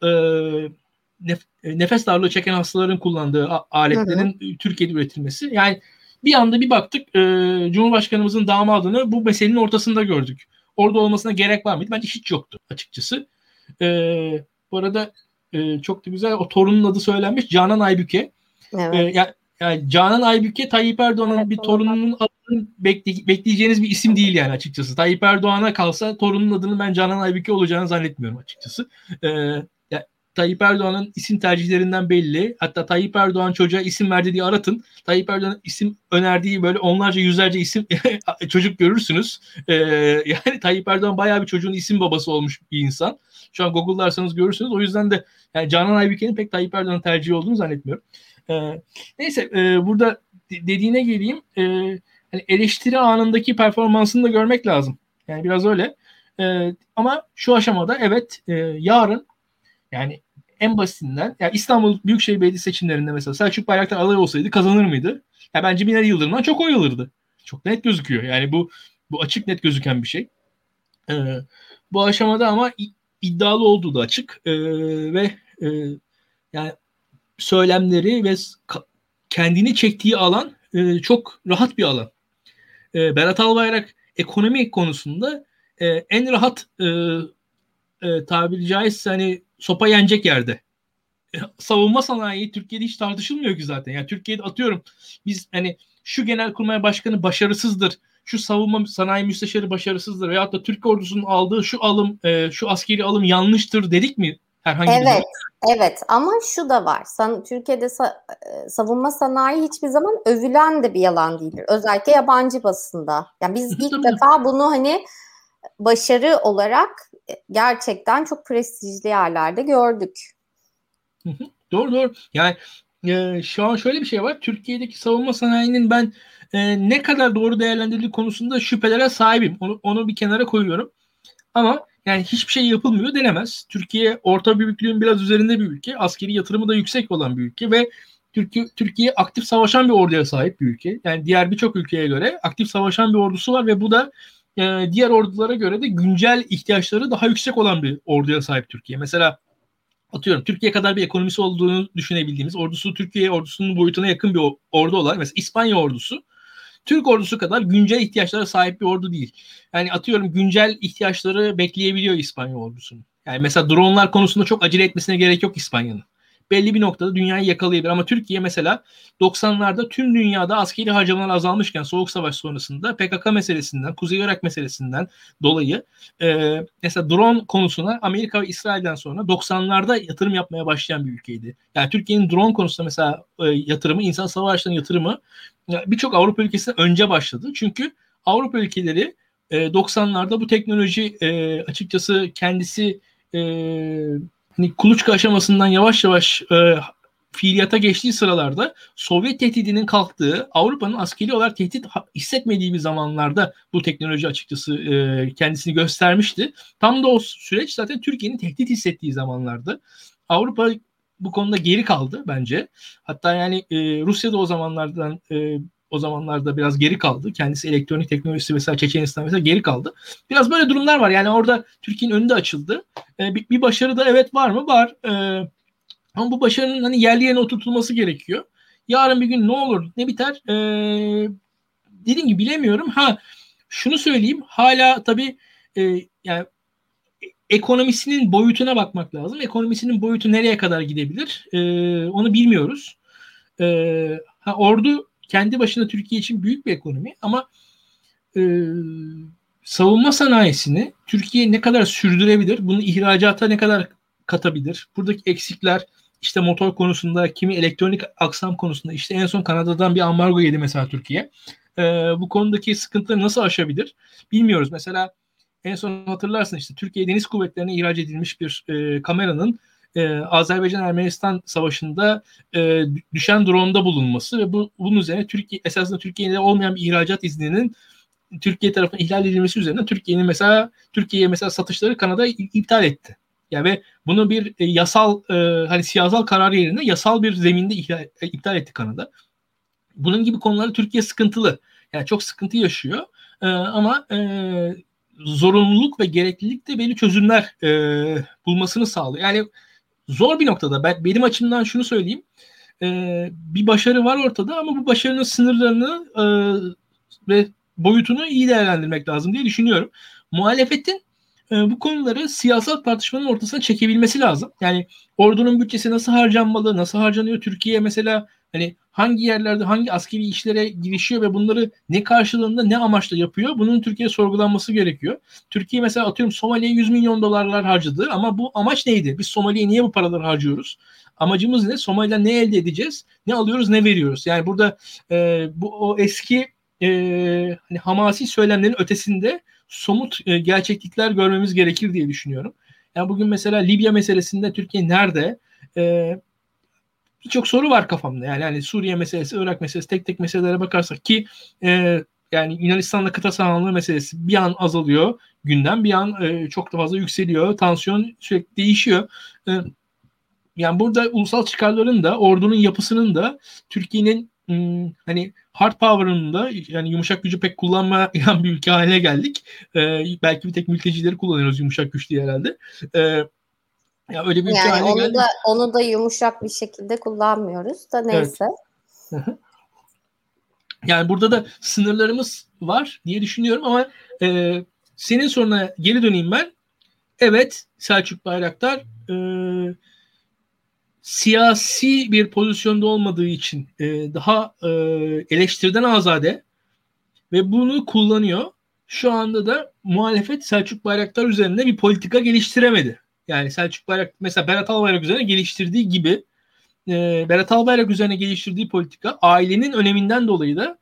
nefes darlığı çeken hastaların kullandığı aletlerin Türkiye'de üretilmesi. Yani bir anda bir baktık Cumhurbaşkanımızın damadını bu meselenin ortasında gördük. Orada olmasına gerek var mıydı? Bence hiç yoktu açıkçası. Bu arada çok da güzel, o torunun adı söylenmiş, Canan Aybüke. Evet. Yani Canan Aybüke Tayyip Erdoğan'ın bir torununun adını bekleyeceğiniz bir isim değil yani açıkçası. Tayyip Erdoğan'a kalsa torunun adının ben Canan Aybüke olacağını zannetmiyorum açıkçası. Tayyip Erdoğan'ın isim tercihlerinden belli. Hatta Tayyip Erdoğan çocuğa isim verdi diye aratın. Tayyip Erdoğan'ın isim önerdiği böyle onlarca yüzlerce isim çocuk görürsünüz. Yani Tayyip Erdoğan bayağı bir çocuğun isim babası olmuş bir insan. Şu an Google'larsanız görürsünüz. O yüzden de yani Canan Aybüke'nin pek Tayyip Erdoğan'ın tercihi olduğunu zannetmiyorum. Neyse burada dediğine geleyim. Hani eleştiri anındaki performansını da görmek lazım. Yani biraz öyle. Ama şu aşamada evet, yarın yani en basitinden yani İstanbul Büyükşehir Belediyesi seçimlerinde mesela Selçuk Bayraktar aday olsaydı kazanır mıydı? Ya bence Binali Yıldırım'dan çok oy alırdı. Çok net gözüküyor. Yani bu açık net gözüken bir şey. Bu aşamada ama iddialı olduğu da açık. Ve yani söylemleri ve kendini çektiği alan çok rahat bir alan. Berat Albayrak ekonomi konusunda en rahat tabiri caizse hani sopa yenecek yerde. Savunma sanayi Türkiye'de hiç tartışılmıyor ki zaten. Yani Türkiye'de atıyorum biz hani şu genelkurmay başkanı başarısızdır, şu savunma sanayi müsteşarı başarısızdır veyahut da Türk ordusunun aldığı şu alım, şu askeri alım yanlıştır dedik mi herhangi bir zaman? Evet ama şu da var. Türkiye'de savunma sanayi hiçbir zaman övülen de bir yalan değildir. Özellikle yabancı basında. Yani biz ilk defa bunu hani başarı olarak gerçekten çok prestijli yerlerde gördük. Doğru. Yani şu an şöyle bir şey var. Türkiye'deki savunma sanayinin ben ne kadar doğru değerlendirildiği konusunda şüphelere sahibim. Onu bir kenara koyuyorum. Ama yani hiçbir şey yapılmıyor denemez. Türkiye orta büyüklüğün biraz üzerinde bir ülke. Askeri yatırımı da yüksek olan bir ülke ve Türkiye aktif savaşan bir orduya sahip bir ülke. Yani diğer birçok ülkeye göre aktif savaşan bir ordusu var ve bu da diğer ordulara göre de güncel ihtiyaçları daha yüksek olan bir orduya sahip Türkiye. Mesela atıyorum Türkiye kadar bir ekonomisi olduğunu düşünebildiğimiz ordusu Türkiye ordusunun boyutuna yakın bir ordu olan mesela İspanya ordusu Türk ordusu kadar güncel ihtiyaçlara sahip bir ordu değil. Yani atıyorum güncel ihtiyaçları bekleyebiliyor İspanya ordusunun. Yani mesela dronlar konusunda çok acele etmesine gerek yok İspanya'nın. Belli bir noktada dünyayı yakalayabilir ama Türkiye mesela 90'larda tüm dünyada askeri harcamalar azalmışken Soğuk Savaş sonrasında PKK meselesinden, Kuzey Irak meselesinden dolayı mesela drone konusuna Amerika ve İsrail'den sonra 90'larda yatırım yapmaya başlayan bir ülkeydi. Yani Türkiye'nin drone konusunda mesela yatırımı, insan savaşlarının yatırımı birçok Avrupa ülkesinden önce başladı. Çünkü Avrupa ülkeleri 90'larda bu teknoloji açıkçası kendisi hani kuluçka aşamasından yavaş yavaş fiiliyata geçtiği sıralarda Sovyet tehdidinin kalktığı, Avrupa'nın askeri olarak tehdit hissetmediği bir zamanlarda bu teknoloji açıkçası kendisini göstermişti. Tam da o süreç zaten Türkiye'nin tehdit hissettiği zamanlardı. Avrupa bu konuda geri kaldı bence. Hatta yani Rusya da o zamanlarda biraz geri kaldı. Kendisi elektronik teknolojisi mesela Çeçenistan mesela geri kaldı. Biraz böyle durumlar var. Yani orada Türkiye'nin önü de açıldı. Bir başarı da evet var mı? Var. Ama bu başarının hani yerli yerine oturtulması gerekiyor. Yarın bir gün ne olur, ne biter? Dediğim gibi bilemiyorum. Şunu söyleyeyim. Hala tabii yani ekonomisinin boyutuna bakmak lazım. Ekonomisinin boyutu nereye kadar gidebilir? Onu bilmiyoruz. Ordu kendi başına Türkiye için büyük bir ekonomi ama savunma sanayisini Türkiye ne kadar sürdürebilir? Bunu ihracata ne kadar katabilir? Buradaki eksikler işte motor konusunda, kimi elektronik aksam konusunda işte en son Kanada'dan bir ambargo yedi mesela Türkiye. Bu konudaki sıkıntıları nasıl aşabilir? Bilmiyoruz. Mesela en son hatırlarsın işte Türkiye Deniz Kuvvetleri'ne ihraç edilmiş bir kameranın Azerbaycan-Ermenistan savaşında düşen drone'da bulunması ve bunun üzerine esasında Türkiye'de olmayan bir ihracat izninin Türkiye tarafından ihlal edilmesi üzerine Türkiye'ye mesela satışları Kanada iptal etti. Yani ve bunu bir yasal hani siyasal karar yerine yasal bir zeminde iptal etti Kanada. Bunun gibi konuları Türkiye sıkıntılı. Yani çok sıkıntı yaşıyor. Ama zorunluluk ve gereklilik de belli çözümler bulmasını sağlıyor. Yani zor bir noktada. Benim açımdan şunu söyleyeyim. Bir başarı var ortada ama bu başarının sınırlarını ve boyutunu iyi değerlendirmek lazım diye düşünüyorum. Muhalefetin bu konuları siyasal tartışmanın ortasına çekebilmesi lazım. Yani ordunun bütçesi nasıl harcanmalı, nasıl harcanıyor Türkiye mesela hani hangi yerlerde hangi askeri işlere girişiyor ve bunları ne karşılığında ne amaçla yapıyor? Bunun Türkiye sorgulanması gerekiyor. Türkiye mesela atıyorum Somali'ye 100 milyon dolarlar harcadı ama bu amaç neydi? Biz Somali'ye niye bu paraları harcıyoruz? Amacımız ne? Somali'den ne elde edeceğiz? Ne alıyoruz, ne veriyoruz? Yani burada o eski hani hamasi söylemlerin ötesinde somut gerçeklikler görmemiz gerekir diye düşünüyorum. Yani bugün mesela Libya meselesinde Türkiye nerede? Birçok soru var kafamda. Yani Suriye meselesi, Irak meselesi, tek tek meselelere bakarsak ki yani Yunanistan'la kıta sahanlığı meselesi bir an azalıyor gündem, bir an çok da fazla yükseliyor. Tansiyon sürekli değişiyor. Yani burada ulusal çıkarların da, ordunun yapısının da Türkiye'nin hani hard power'ının da yani yumuşak gücü pek kullanmayan bir ülke haline geldik. Belki bir tek mültecileri kullanıyoruz yumuşak güç diye herhalde. Ya öyle bir ülke yani haline geldik. Onu da yumuşak bir şekilde kullanmıyoruz da neyse. Evet. Yani burada da sınırlarımız var diye düşünüyorum ama senin soruna geri döneyim ben. Evet, Selçuk Bayraktar siyasi bir pozisyonda olmadığı için daha eleştiriden azade ve bunu kullanıyor. Şu anda da muhalefet Selçuk Bayraktar üzerinde bir politika geliştiremedi. Yani Selçuk Bayraktar mesela Berat Albayrak üzerine geliştirdiği gibi Berat Albayrak üzerine geliştirdiği politika ailenin öneminden dolayı da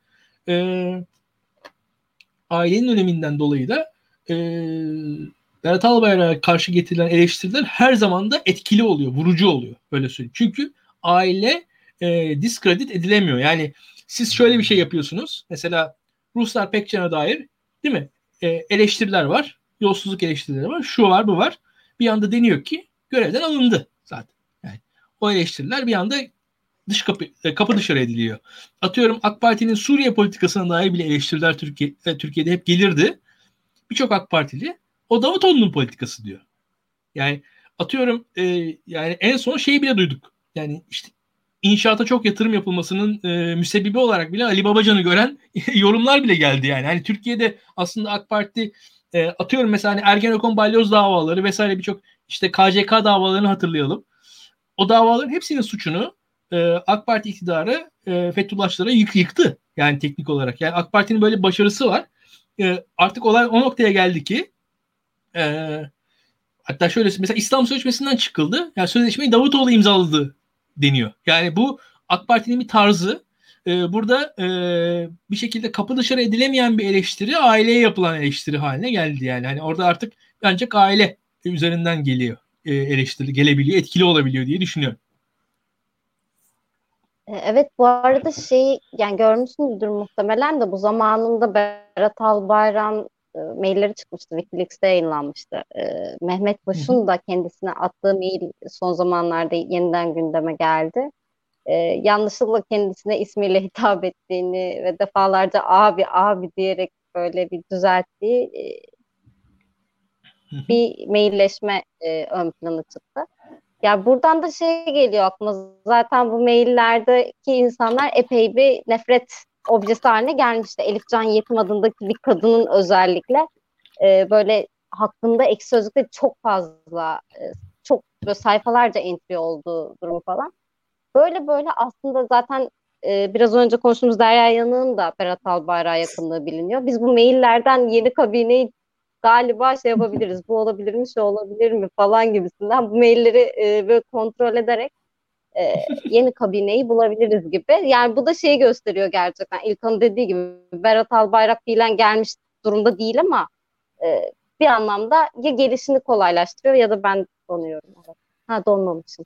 Berat Albayrak'a karşı getirilen eleştiriler her zaman da etkili oluyor, vurucu oluyor. Böyle söyleyeyim. Çünkü aile diskredit edilemiyor. Yani siz şöyle bir şey yapıyorsunuz. Mesela Ruslar Pekcan'a dair değil mi? Eleştiriler var. Yolsuzluk eleştirileri var. Şu var, bu var. Bir anda deniyor ki görevden alındı zaten. Yani o eleştiriler bir anda kapı dışarı ediliyor. Atıyorum AK Parti'nin Suriye politikasına dair bile eleştiriler Türkiye'de hep gelirdi. Birçok AK Partili o Davutoğlu'nun politikası diyor. Yani atıyorum yani en son şeyi bile duyduk. Yani işte inşaata çok yatırım yapılmasının müsebbibi olarak bile Ali Babacan'ı gören yorumlar bile geldi yani. Hani Türkiye'de aslında AK Parti atıyorum mesela hani Ergenekon balyoz davaları vesaire birçok işte KCK davalarını hatırlayalım. O davaların hepsinin suçunu AK Parti iktidarı Fethullahçılara yıktı. Yani teknik olarak. Yani AK Parti'nin böyle bir başarısı var. Artık olay o noktaya geldi ki hatta şöyle mesela İslam Sözleşmesi'nden çıkıldı. Yani sözleşmeyi Davutoğlu imzaladı deniyor. Yani bu AK Parti'nin bir tarzı. Burada bir şekilde kapı dışarı edilemeyen bir eleştiri aileye yapılan eleştiri haline geldi yani. Hani orada artık ancak aile üzerinden geliyor eleştiri gelebiliyor, etkili olabiliyor diye düşünüyorum. Evet, bu arada yani görmüşsünüzdür muhtemelen de bu zamanında Berat Albayrak'ın mailleri çıkmıştı. WikiLeaks'te yayınlanmıştı. Mehmet Baş'ın da kendisine attığı mail son zamanlarda yeniden gündeme geldi. Yanlışlıkla kendisine ismiyle hitap ettiğini ve defalarca abi diyerek böyle bir düzelttiği bir mailleşme ön plana çıktı. Ya buradan da geliyor aklıma. Zaten bu maillerdeki insanlar epey bir nefret objesi haline gelmişti. Elifcan Yetim adındaki bir kadının özellikle böyle hakkında ekşi sözlükte çok fazla çok böyle sayfalarca entry olduğu durumu falan. Böyle aslında zaten biraz önce konuştuğumuz Derya Yanık'ın da Berat Albayrak'a yakınlığı biliniyor. Biz bu maillerden yeni kabineyi galiba yapabiliriz. Bu olabilir mi, şu olabilir mi falan gibisinden bu mailleri böyle kontrol ederek yeni kabineyi bulabiliriz gibi. Yani bu da gösteriyor gerçekten. İlkan'ın dediği gibi Berat Albayrak fiilen gelmiş durumda değil ama bir anlamda ya gelişini kolaylaştırıyor ya da ben donuyorum. Evet. Ha, donmamışım.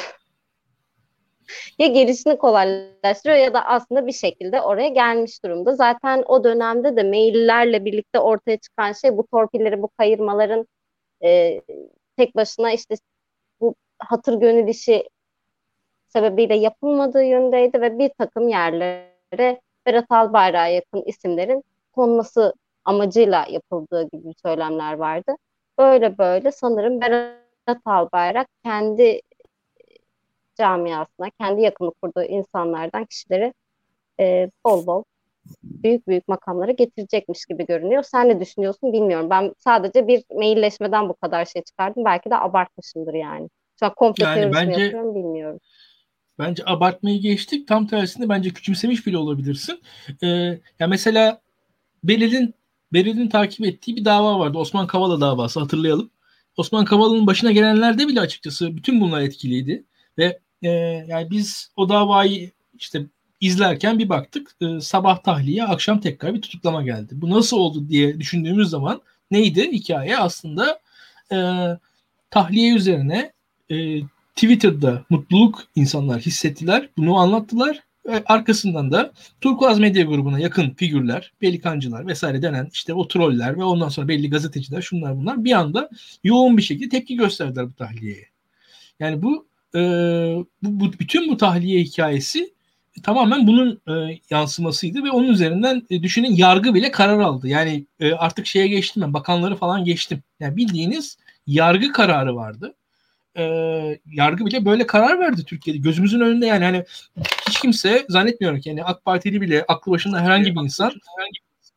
Ya gelişini kolaylaştırıyor ya da aslında bir şekilde oraya gelmiş durumda. Zaten o dönemde de maillerle birlikte ortaya çıkan bu torpilleri, bu kayırmaların tek başına işte bu hatır gönül işi sebebiyle yapılmadığı yönündeydi ve bir takım yerlere Berat Albayrak'a yakın isimlerin konması amacıyla yapıldığı gibi söylemler vardı. Böyle sanırım Berat Albayrak kendi camiasına, kendi yakını kurduğu insanlardan kişileri bol bol büyük makamlara getirecekmiş gibi görünüyor. Sen ne düşünüyorsun bilmiyorum. Ben sadece bir mailleşmeden bu kadar çıkardım. Belki de abartmışımdır yani. Şu an komplo Yani teorisi mi yapıyorum bilmiyorum. bence abartmayı geçtik. Tam tersine bence küçümsemiş bile olabilirsin. Ya mesela Beril'in takip ettiği bir dava vardı. Osman Kavala davası, hatırlayalım. Osman Kavala'nın başına gelenlerde bile açıkçası bütün bunlar etkiliydi. Ve yani biz o davayı işte izlerken bir baktık. Sabah tahliye, akşam tekrar bir tutuklama geldi. Bu nasıl oldu diye düşündüğümüz zaman neydi hikaye? Aslında tahliye üzerine Twitter'da mutluluk insanlar hissettiler. Bunu anlattılar. Arkasından da Turkuaz Medya Grubu'na yakın figürler, pelikancılar vesaire denen işte o troller ve ondan sonra belli gazeteciler şunlar bunlar bir anda yoğun bir şekilde tepki gösterdiler bu tahliyeye. Yani bu bütün bu tahliye hikayesi tamamen bunun yansımasıydı ve onun üzerinden düşünün yargı bile karar aldı. Yani artık geçtim ben, bakanları falan geçtim. Yani bildiğiniz yargı kararı vardı. Yargı bile böyle karar verdi Türkiye'de. Gözümüzün önünde yani hani hiç kimse zannetmiyorum ki yani AK Partili bile aklı başında herhangi bir insan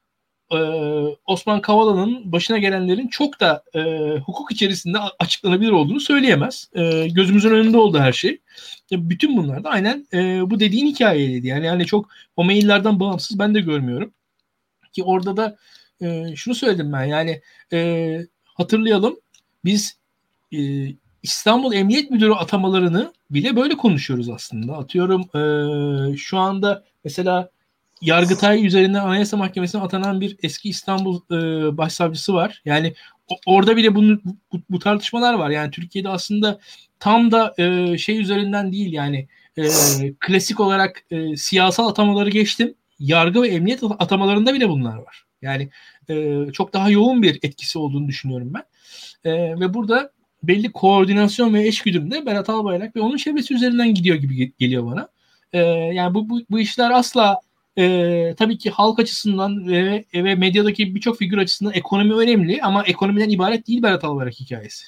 Osman Kavala'nın başına gelenlerin çok da hukuk içerisinde açıklanabilir olduğunu söyleyemez. Gözümüzün önünde oldu her şey. Bütün bunlar da aynen bu dediğin hikayeydi. Yani çok o maillerden bağımsız ben de görmüyorum. Ki orada da şunu söyledim ben, yani hatırlayalım, biz İstanbul Emniyet Müdürü atamalarını bile böyle konuşuyoruz aslında. Atıyorum şu anda mesela Yargıtay üzerinden Anayasa Mahkemesi'ne atanan bir eski İstanbul Başsavcısı var. Yani orada bile bu tartışmalar var. Yani Türkiye'de aslında tam da şey üzerinden değil, yani klasik olarak siyasal atamaları geçtim. Yargı ve emniyet atamalarında bile bunlar var. Yani çok daha yoğun bir etkisi olduğunu düşünüyorum ben. Ve burada belli koordinasyon ve eşgüdüm de Berat Albayrak ve onun çevresi üzerinden gidiyor gibi geliyor bana. Yani bu işler asla tabii ki halk açısından ve medyadaki birçok figür açısından ekonomi önemli, ama ekonomiden ibaret değil Berat Albayrak hikayesi.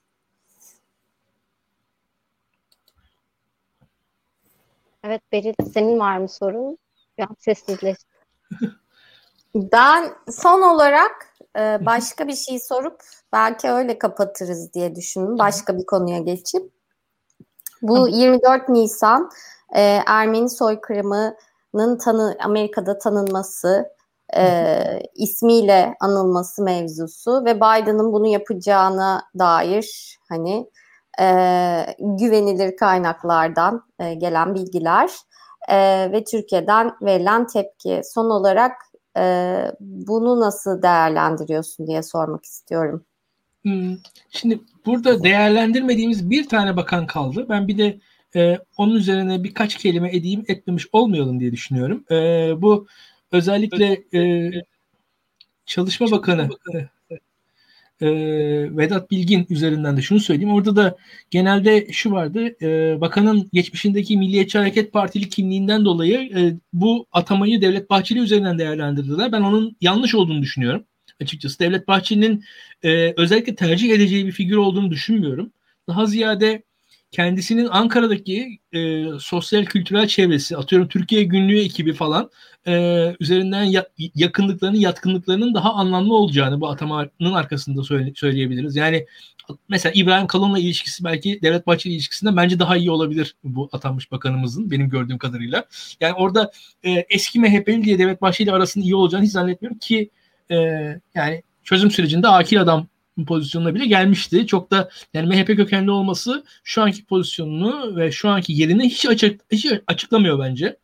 Evet Beril, senin var mı sorun? Ya sessizleşti. Ben son olarak başka bir şey sorup belki öyle kapatırız diye düşündüm. Başka bir konuya geçip. Bu 24 Nisan Ermeni soykırımının Amerika'da tanınması, ismiyle anılması mevzusu ve Biden'ın bunu yapacağına dair hani güvenilir kaynaklardan gelen bilgiler ve Türkiye'den verilen tepki. Son olarak bunu nasıl değerlendiriyorsun diye sormak istiyorum. Şimdi burada değerlendirmediğimiz bir tane bakan kaldı. Ben bir de onun üzerine birkaç kelime edeyim, etmemiş olmayalım diye düşünüyorum. Bu özellikle Çalışma Bakanı Vedat Bilgin üzerinden de şunu söyleyeyim. Orada da genelde şu vardı. Bakanın geçmişindeki Milliyetçi Hareket Partili kimliğinden dolayı bu atamayı Devlet Bahçeli üzerinden değerlendirdiler. Ben onun yanlış olduğunu düşünüyorum. Açıkçası Devlet Bahçeli'nin özellikle tercih edeceği bir figür olduğunu düşünmüyorum. Daha ziyade kendisinin Ankara'daki sosyal kültürel çevresi, atıyorum Türkiye Günlüğü ekibi falan üzerinden yakınlıklarının, yatkınlıklarının daha anlamlı olacağını bu atamanın arkasında söyleyebiliriz. Yani mesela İbrahim Kalın'la ilişkisi belki Devlet Bahçeli ilişkisinden bence daha iyi olabilir bu atanmış bakanımızın, benim gördüğüm kadarıyla. Yani orada eski MHP'li diye Devlet Bahçeli arasının iyi olacağını hiç zannetmiyorum ki yani çözüm sürecinde akil adam pozisyonuna bile gelmişti. Çok da yani MHP kökenli olması şu anki pozisyonunu ve şu anki yerini hiç açıklamıyor bence.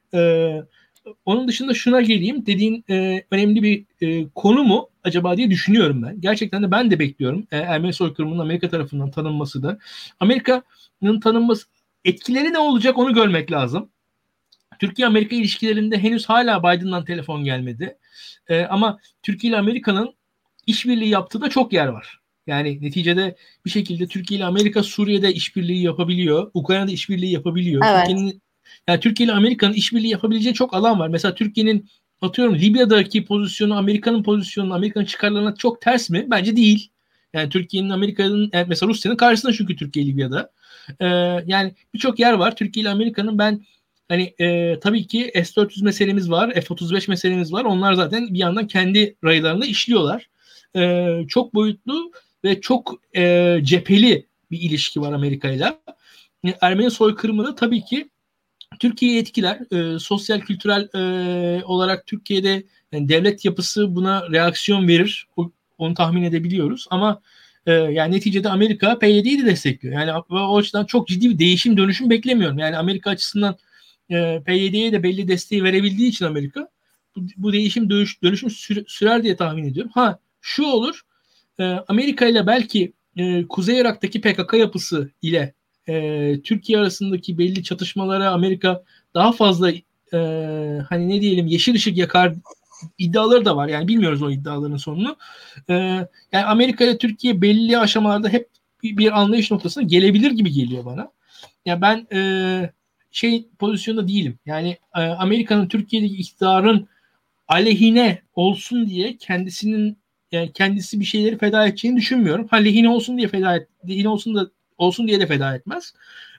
Onun dışında şuna geleyim. Dediğin önemli bir konu mu acaba diye düşünüyorum ben. Gerçekten de ben de bekliyorum. Ermeni soykırımının Amerika tarafından tanınması da. Amerika'nın tanınması, etkileri ne olacak onu görmek lazım. Türkiye-Amerika ilişkilerinde henüz hala Biden'dan telefon gelmedi. Ama Türkiye ile Amerika'nın işbirliği yaptığı da çok yer var. Yani neticede bir şekilde Türkiye ile Amerika Suriye'de işbirliği yapabiliyor. Ukrayna'da işbirliği yapabiliyor. Evet. Türkiye ile Amerika'nın işbirliği yapabileceği çok alan var. Mesela Türkiye'nin atıyorum Libya'daki pozisyonu Amerika'nın pozisyonu, Amerika'nın çıkarlarına çok ters mi? Bence değil. Yani Türkiye'nin Amerika'nın mesela Rusya'nın karşısında çünkü Türkiye Libya'da. Yani birçok yer var. Türkiye ile Amerika'nın ben hani tabii ki S-400 meselemiz var, F-35 meselemiz var. Onlar zaten bir yandan kendi raylarında işliyorlar. Çok boyutlu ve çok cepheli bir ilişki var Amerika'yla. Ermeni soykırımı da tabii ki Türkiye'yi etkiler. Sosyal, kültürel olarak Türkiye'de yani devlet yapısı buna reaksiyon verir. Onu tahmin edebiliyoruz. Ama yani neticede Amerika PYD'yi de destekliyor. Yani o açıdan çok ciddi bir değişim, dönüşüm beklemiyorum. Yani Amerika açısından PYD'ye de belli desteği verebildiği için Amerika bu değişim dönüşüm sürer diye tahmin ediyorum. Şu olur. Amerika ile belki Kuzey Irak'taki PKK yapısı ile Türkiye arasındaki belli çatışmalara Amerika daha fazla hani ne diyelim yeşil ışık yakar iddiaları da var. Yani bilmiyoruz o iddiaların sonunu. Yani Amerika ile Türkiye belli aşamalarda hep bir anlayış noktasına gelebilir gibi geliyor bana. Ya ben pozisyonda değilim. Yani Amerika'nın Türkiye'deki iktidarın aleyhine olsun diye kendisi bir şeyleri feda edeceğini düşünmüyorum. Lehine olsun diye lehine olsun diye de feda etmez.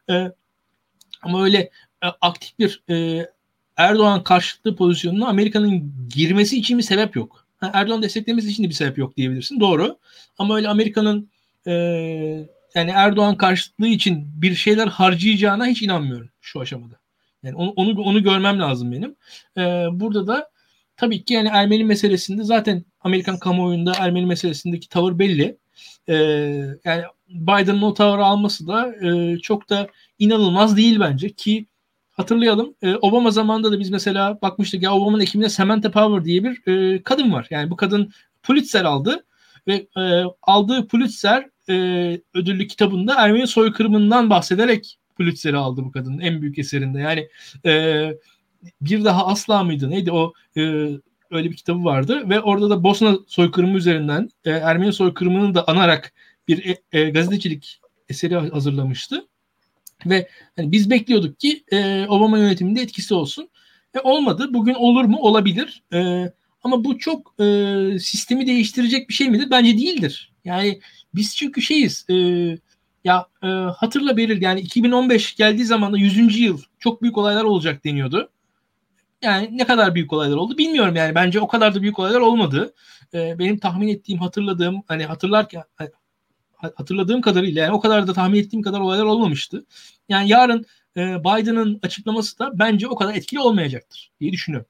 Ama öyle aktif bir Erdoğan karşıtlığı pozisyonuna Amerika'nın girmesi için bir sebep yok. Erdoğan desteklemesi için de bir sebep yok diyebilirsin. Doğru. Ama öyle Amerika'nın yani Erdoğan karşıtlığı için bir şeyler harcayacağına hiç inanmıyorum şu aşamada. Yani onu görmem lazım benim. Burada da tabii ki yani Ermeni meselesinde zaten Amerikan kamuoyunda Ermeni meselesindeki tavır belli. Yani Biden'ın o tavrı alması da çok da inanılmaz değil bence ki hatırlayalım Obama zamanında da biz mesela bakmıştık ya Obama'nın ekibinde Samantha Power diye bir kadın var. Yani bu kadın Pulitzer aldı ve aldığı Pulitzer ödüllü kitabında Ermeni soykırımından bahsederek Pulitzer'i aldı bu kadının en büyük eserinde. Yani bir daha asla mıydı? Neydi o? Öyle bir kitabı vardı ve orada da Bosna soykırımı üzerinden Ermeni soykırımını da anarak bir gazetecilik eseri hazırlamıştı. Ve hani biz bekliyorduk ki Obama yönetiminde etkisi olsun. Olmadı. Bugün olur mu? Olabilir. Ama bu çok sistemi değiştirecek bir şey midir? Bence değildir. Yani biz çünkü şeyiz. Hatırla Beril yani 2015 geldiği zaman da 100. yıl çok büyük olaylar olacak deniyordu. Yani ne kadar büyük olaylar oldu bilmiyorum yani. Bence o kadar da büyük olaylar olmadı. Benim tahmin ettiğim, hatırladığım hani hatırladığım kadarıyla yani o kadar da tahmin ettiğim kadar olaylar olmamıştı. Yani yarın Biden'ın açıklaması da bence o kadar etkili olmayacaktır diye düşünüyorum.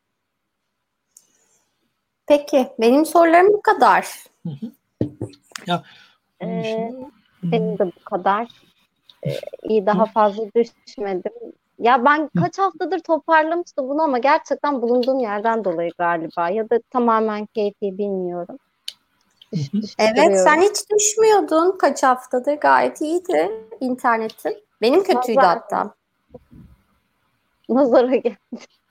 Peki, benim sorularım bu kadar. Hı hı. Ya benim de bu kadar. İyi daha fazla düşmedim. Ya ben kaç haftadır toparlamıştım bunu ama gerçekten bulunduğum yerden dolayı galiba ya da tamamen keyfi bilmiyorum. Evet, sen hiç düşmüyordun kaç haftadır. Gayet iyiydi internetin. Benim kötüydü hatta. Nazara geldi.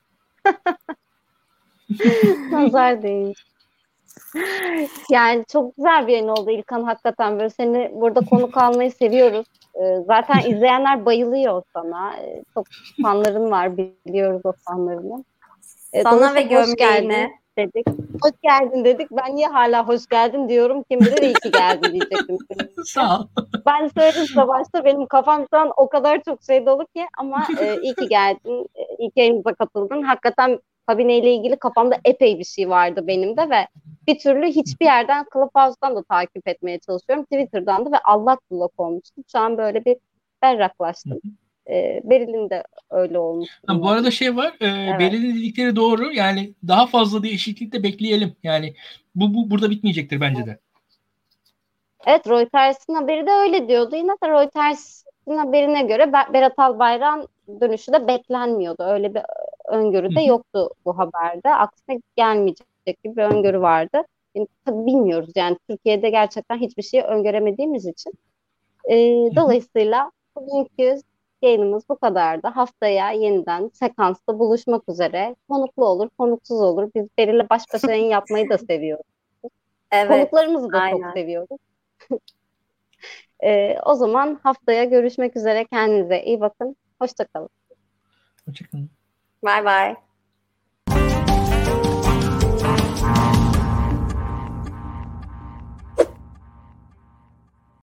Nazar değil. Yani çok güzel bir yayın oldu İlkan hakikaten. Böyle seni burada konuk almayı seviyoruz. Zaten izleyenler bayılıyor sana. Çok fanların var biliyoruz o fanlarını. Sana ve Hoş geldin gömleğine. dedik. Hoş geldin dedik. Ben niye hala hoş geldin diyorum. Kim bilir iyi ki geldin diyecektim. Sağ ol. Ben söyledim size başta benim kafam şu an o kadar çok şey dolu ki ama iyi ki geldin. İyi ki yayınımıza katıldın. Hakikaten kabineyle ilgili kafamda epey bir şey vardı benim de ve bir türlü hiçbir yerden Clubhouse'dan da takip etmeye çalışıyorum. Twitter'dan da ve allak bullak olmuştum. Şu an böyle bir berraklaştım. Beril'in de öyle olmuş. Bu arada şey var. Evet. Beril'in dedikleri doğru. Yani daha fazla değişiklik de bekleyelim. Yani bu burada bitmeyecektir bence de. Evet, Reuters'ın haberi de öyle diyordu. Yine de Reuters'ın haberine göre Berat Albayrak'ın dönüşü de beklenmiyordu. Öyle bir öngörü de yoktu bu haberde. Aksine gelmeyecek gibi bir öngörü vardı. Yani, tabii bilmiyoruz yani Türkiye'de gerçekten hiçbir şeyi öngöremediğimiz için. Dolayısıyla bugünkü yayınımız bu kadardı. Haftaya yeniden sekansta buluşmak üzere. Konuklu olur, konuksuz olur. Biz Beril'le baş başa yayın yapmayı da seviyoruz. Evet, Konuklarımızı da aynen. çok seviyoruz. O zaman haftaya görüşmek üzere. Kendinize iyi bakın. Hoşça kalın. Hoşçakalın. Bye bye.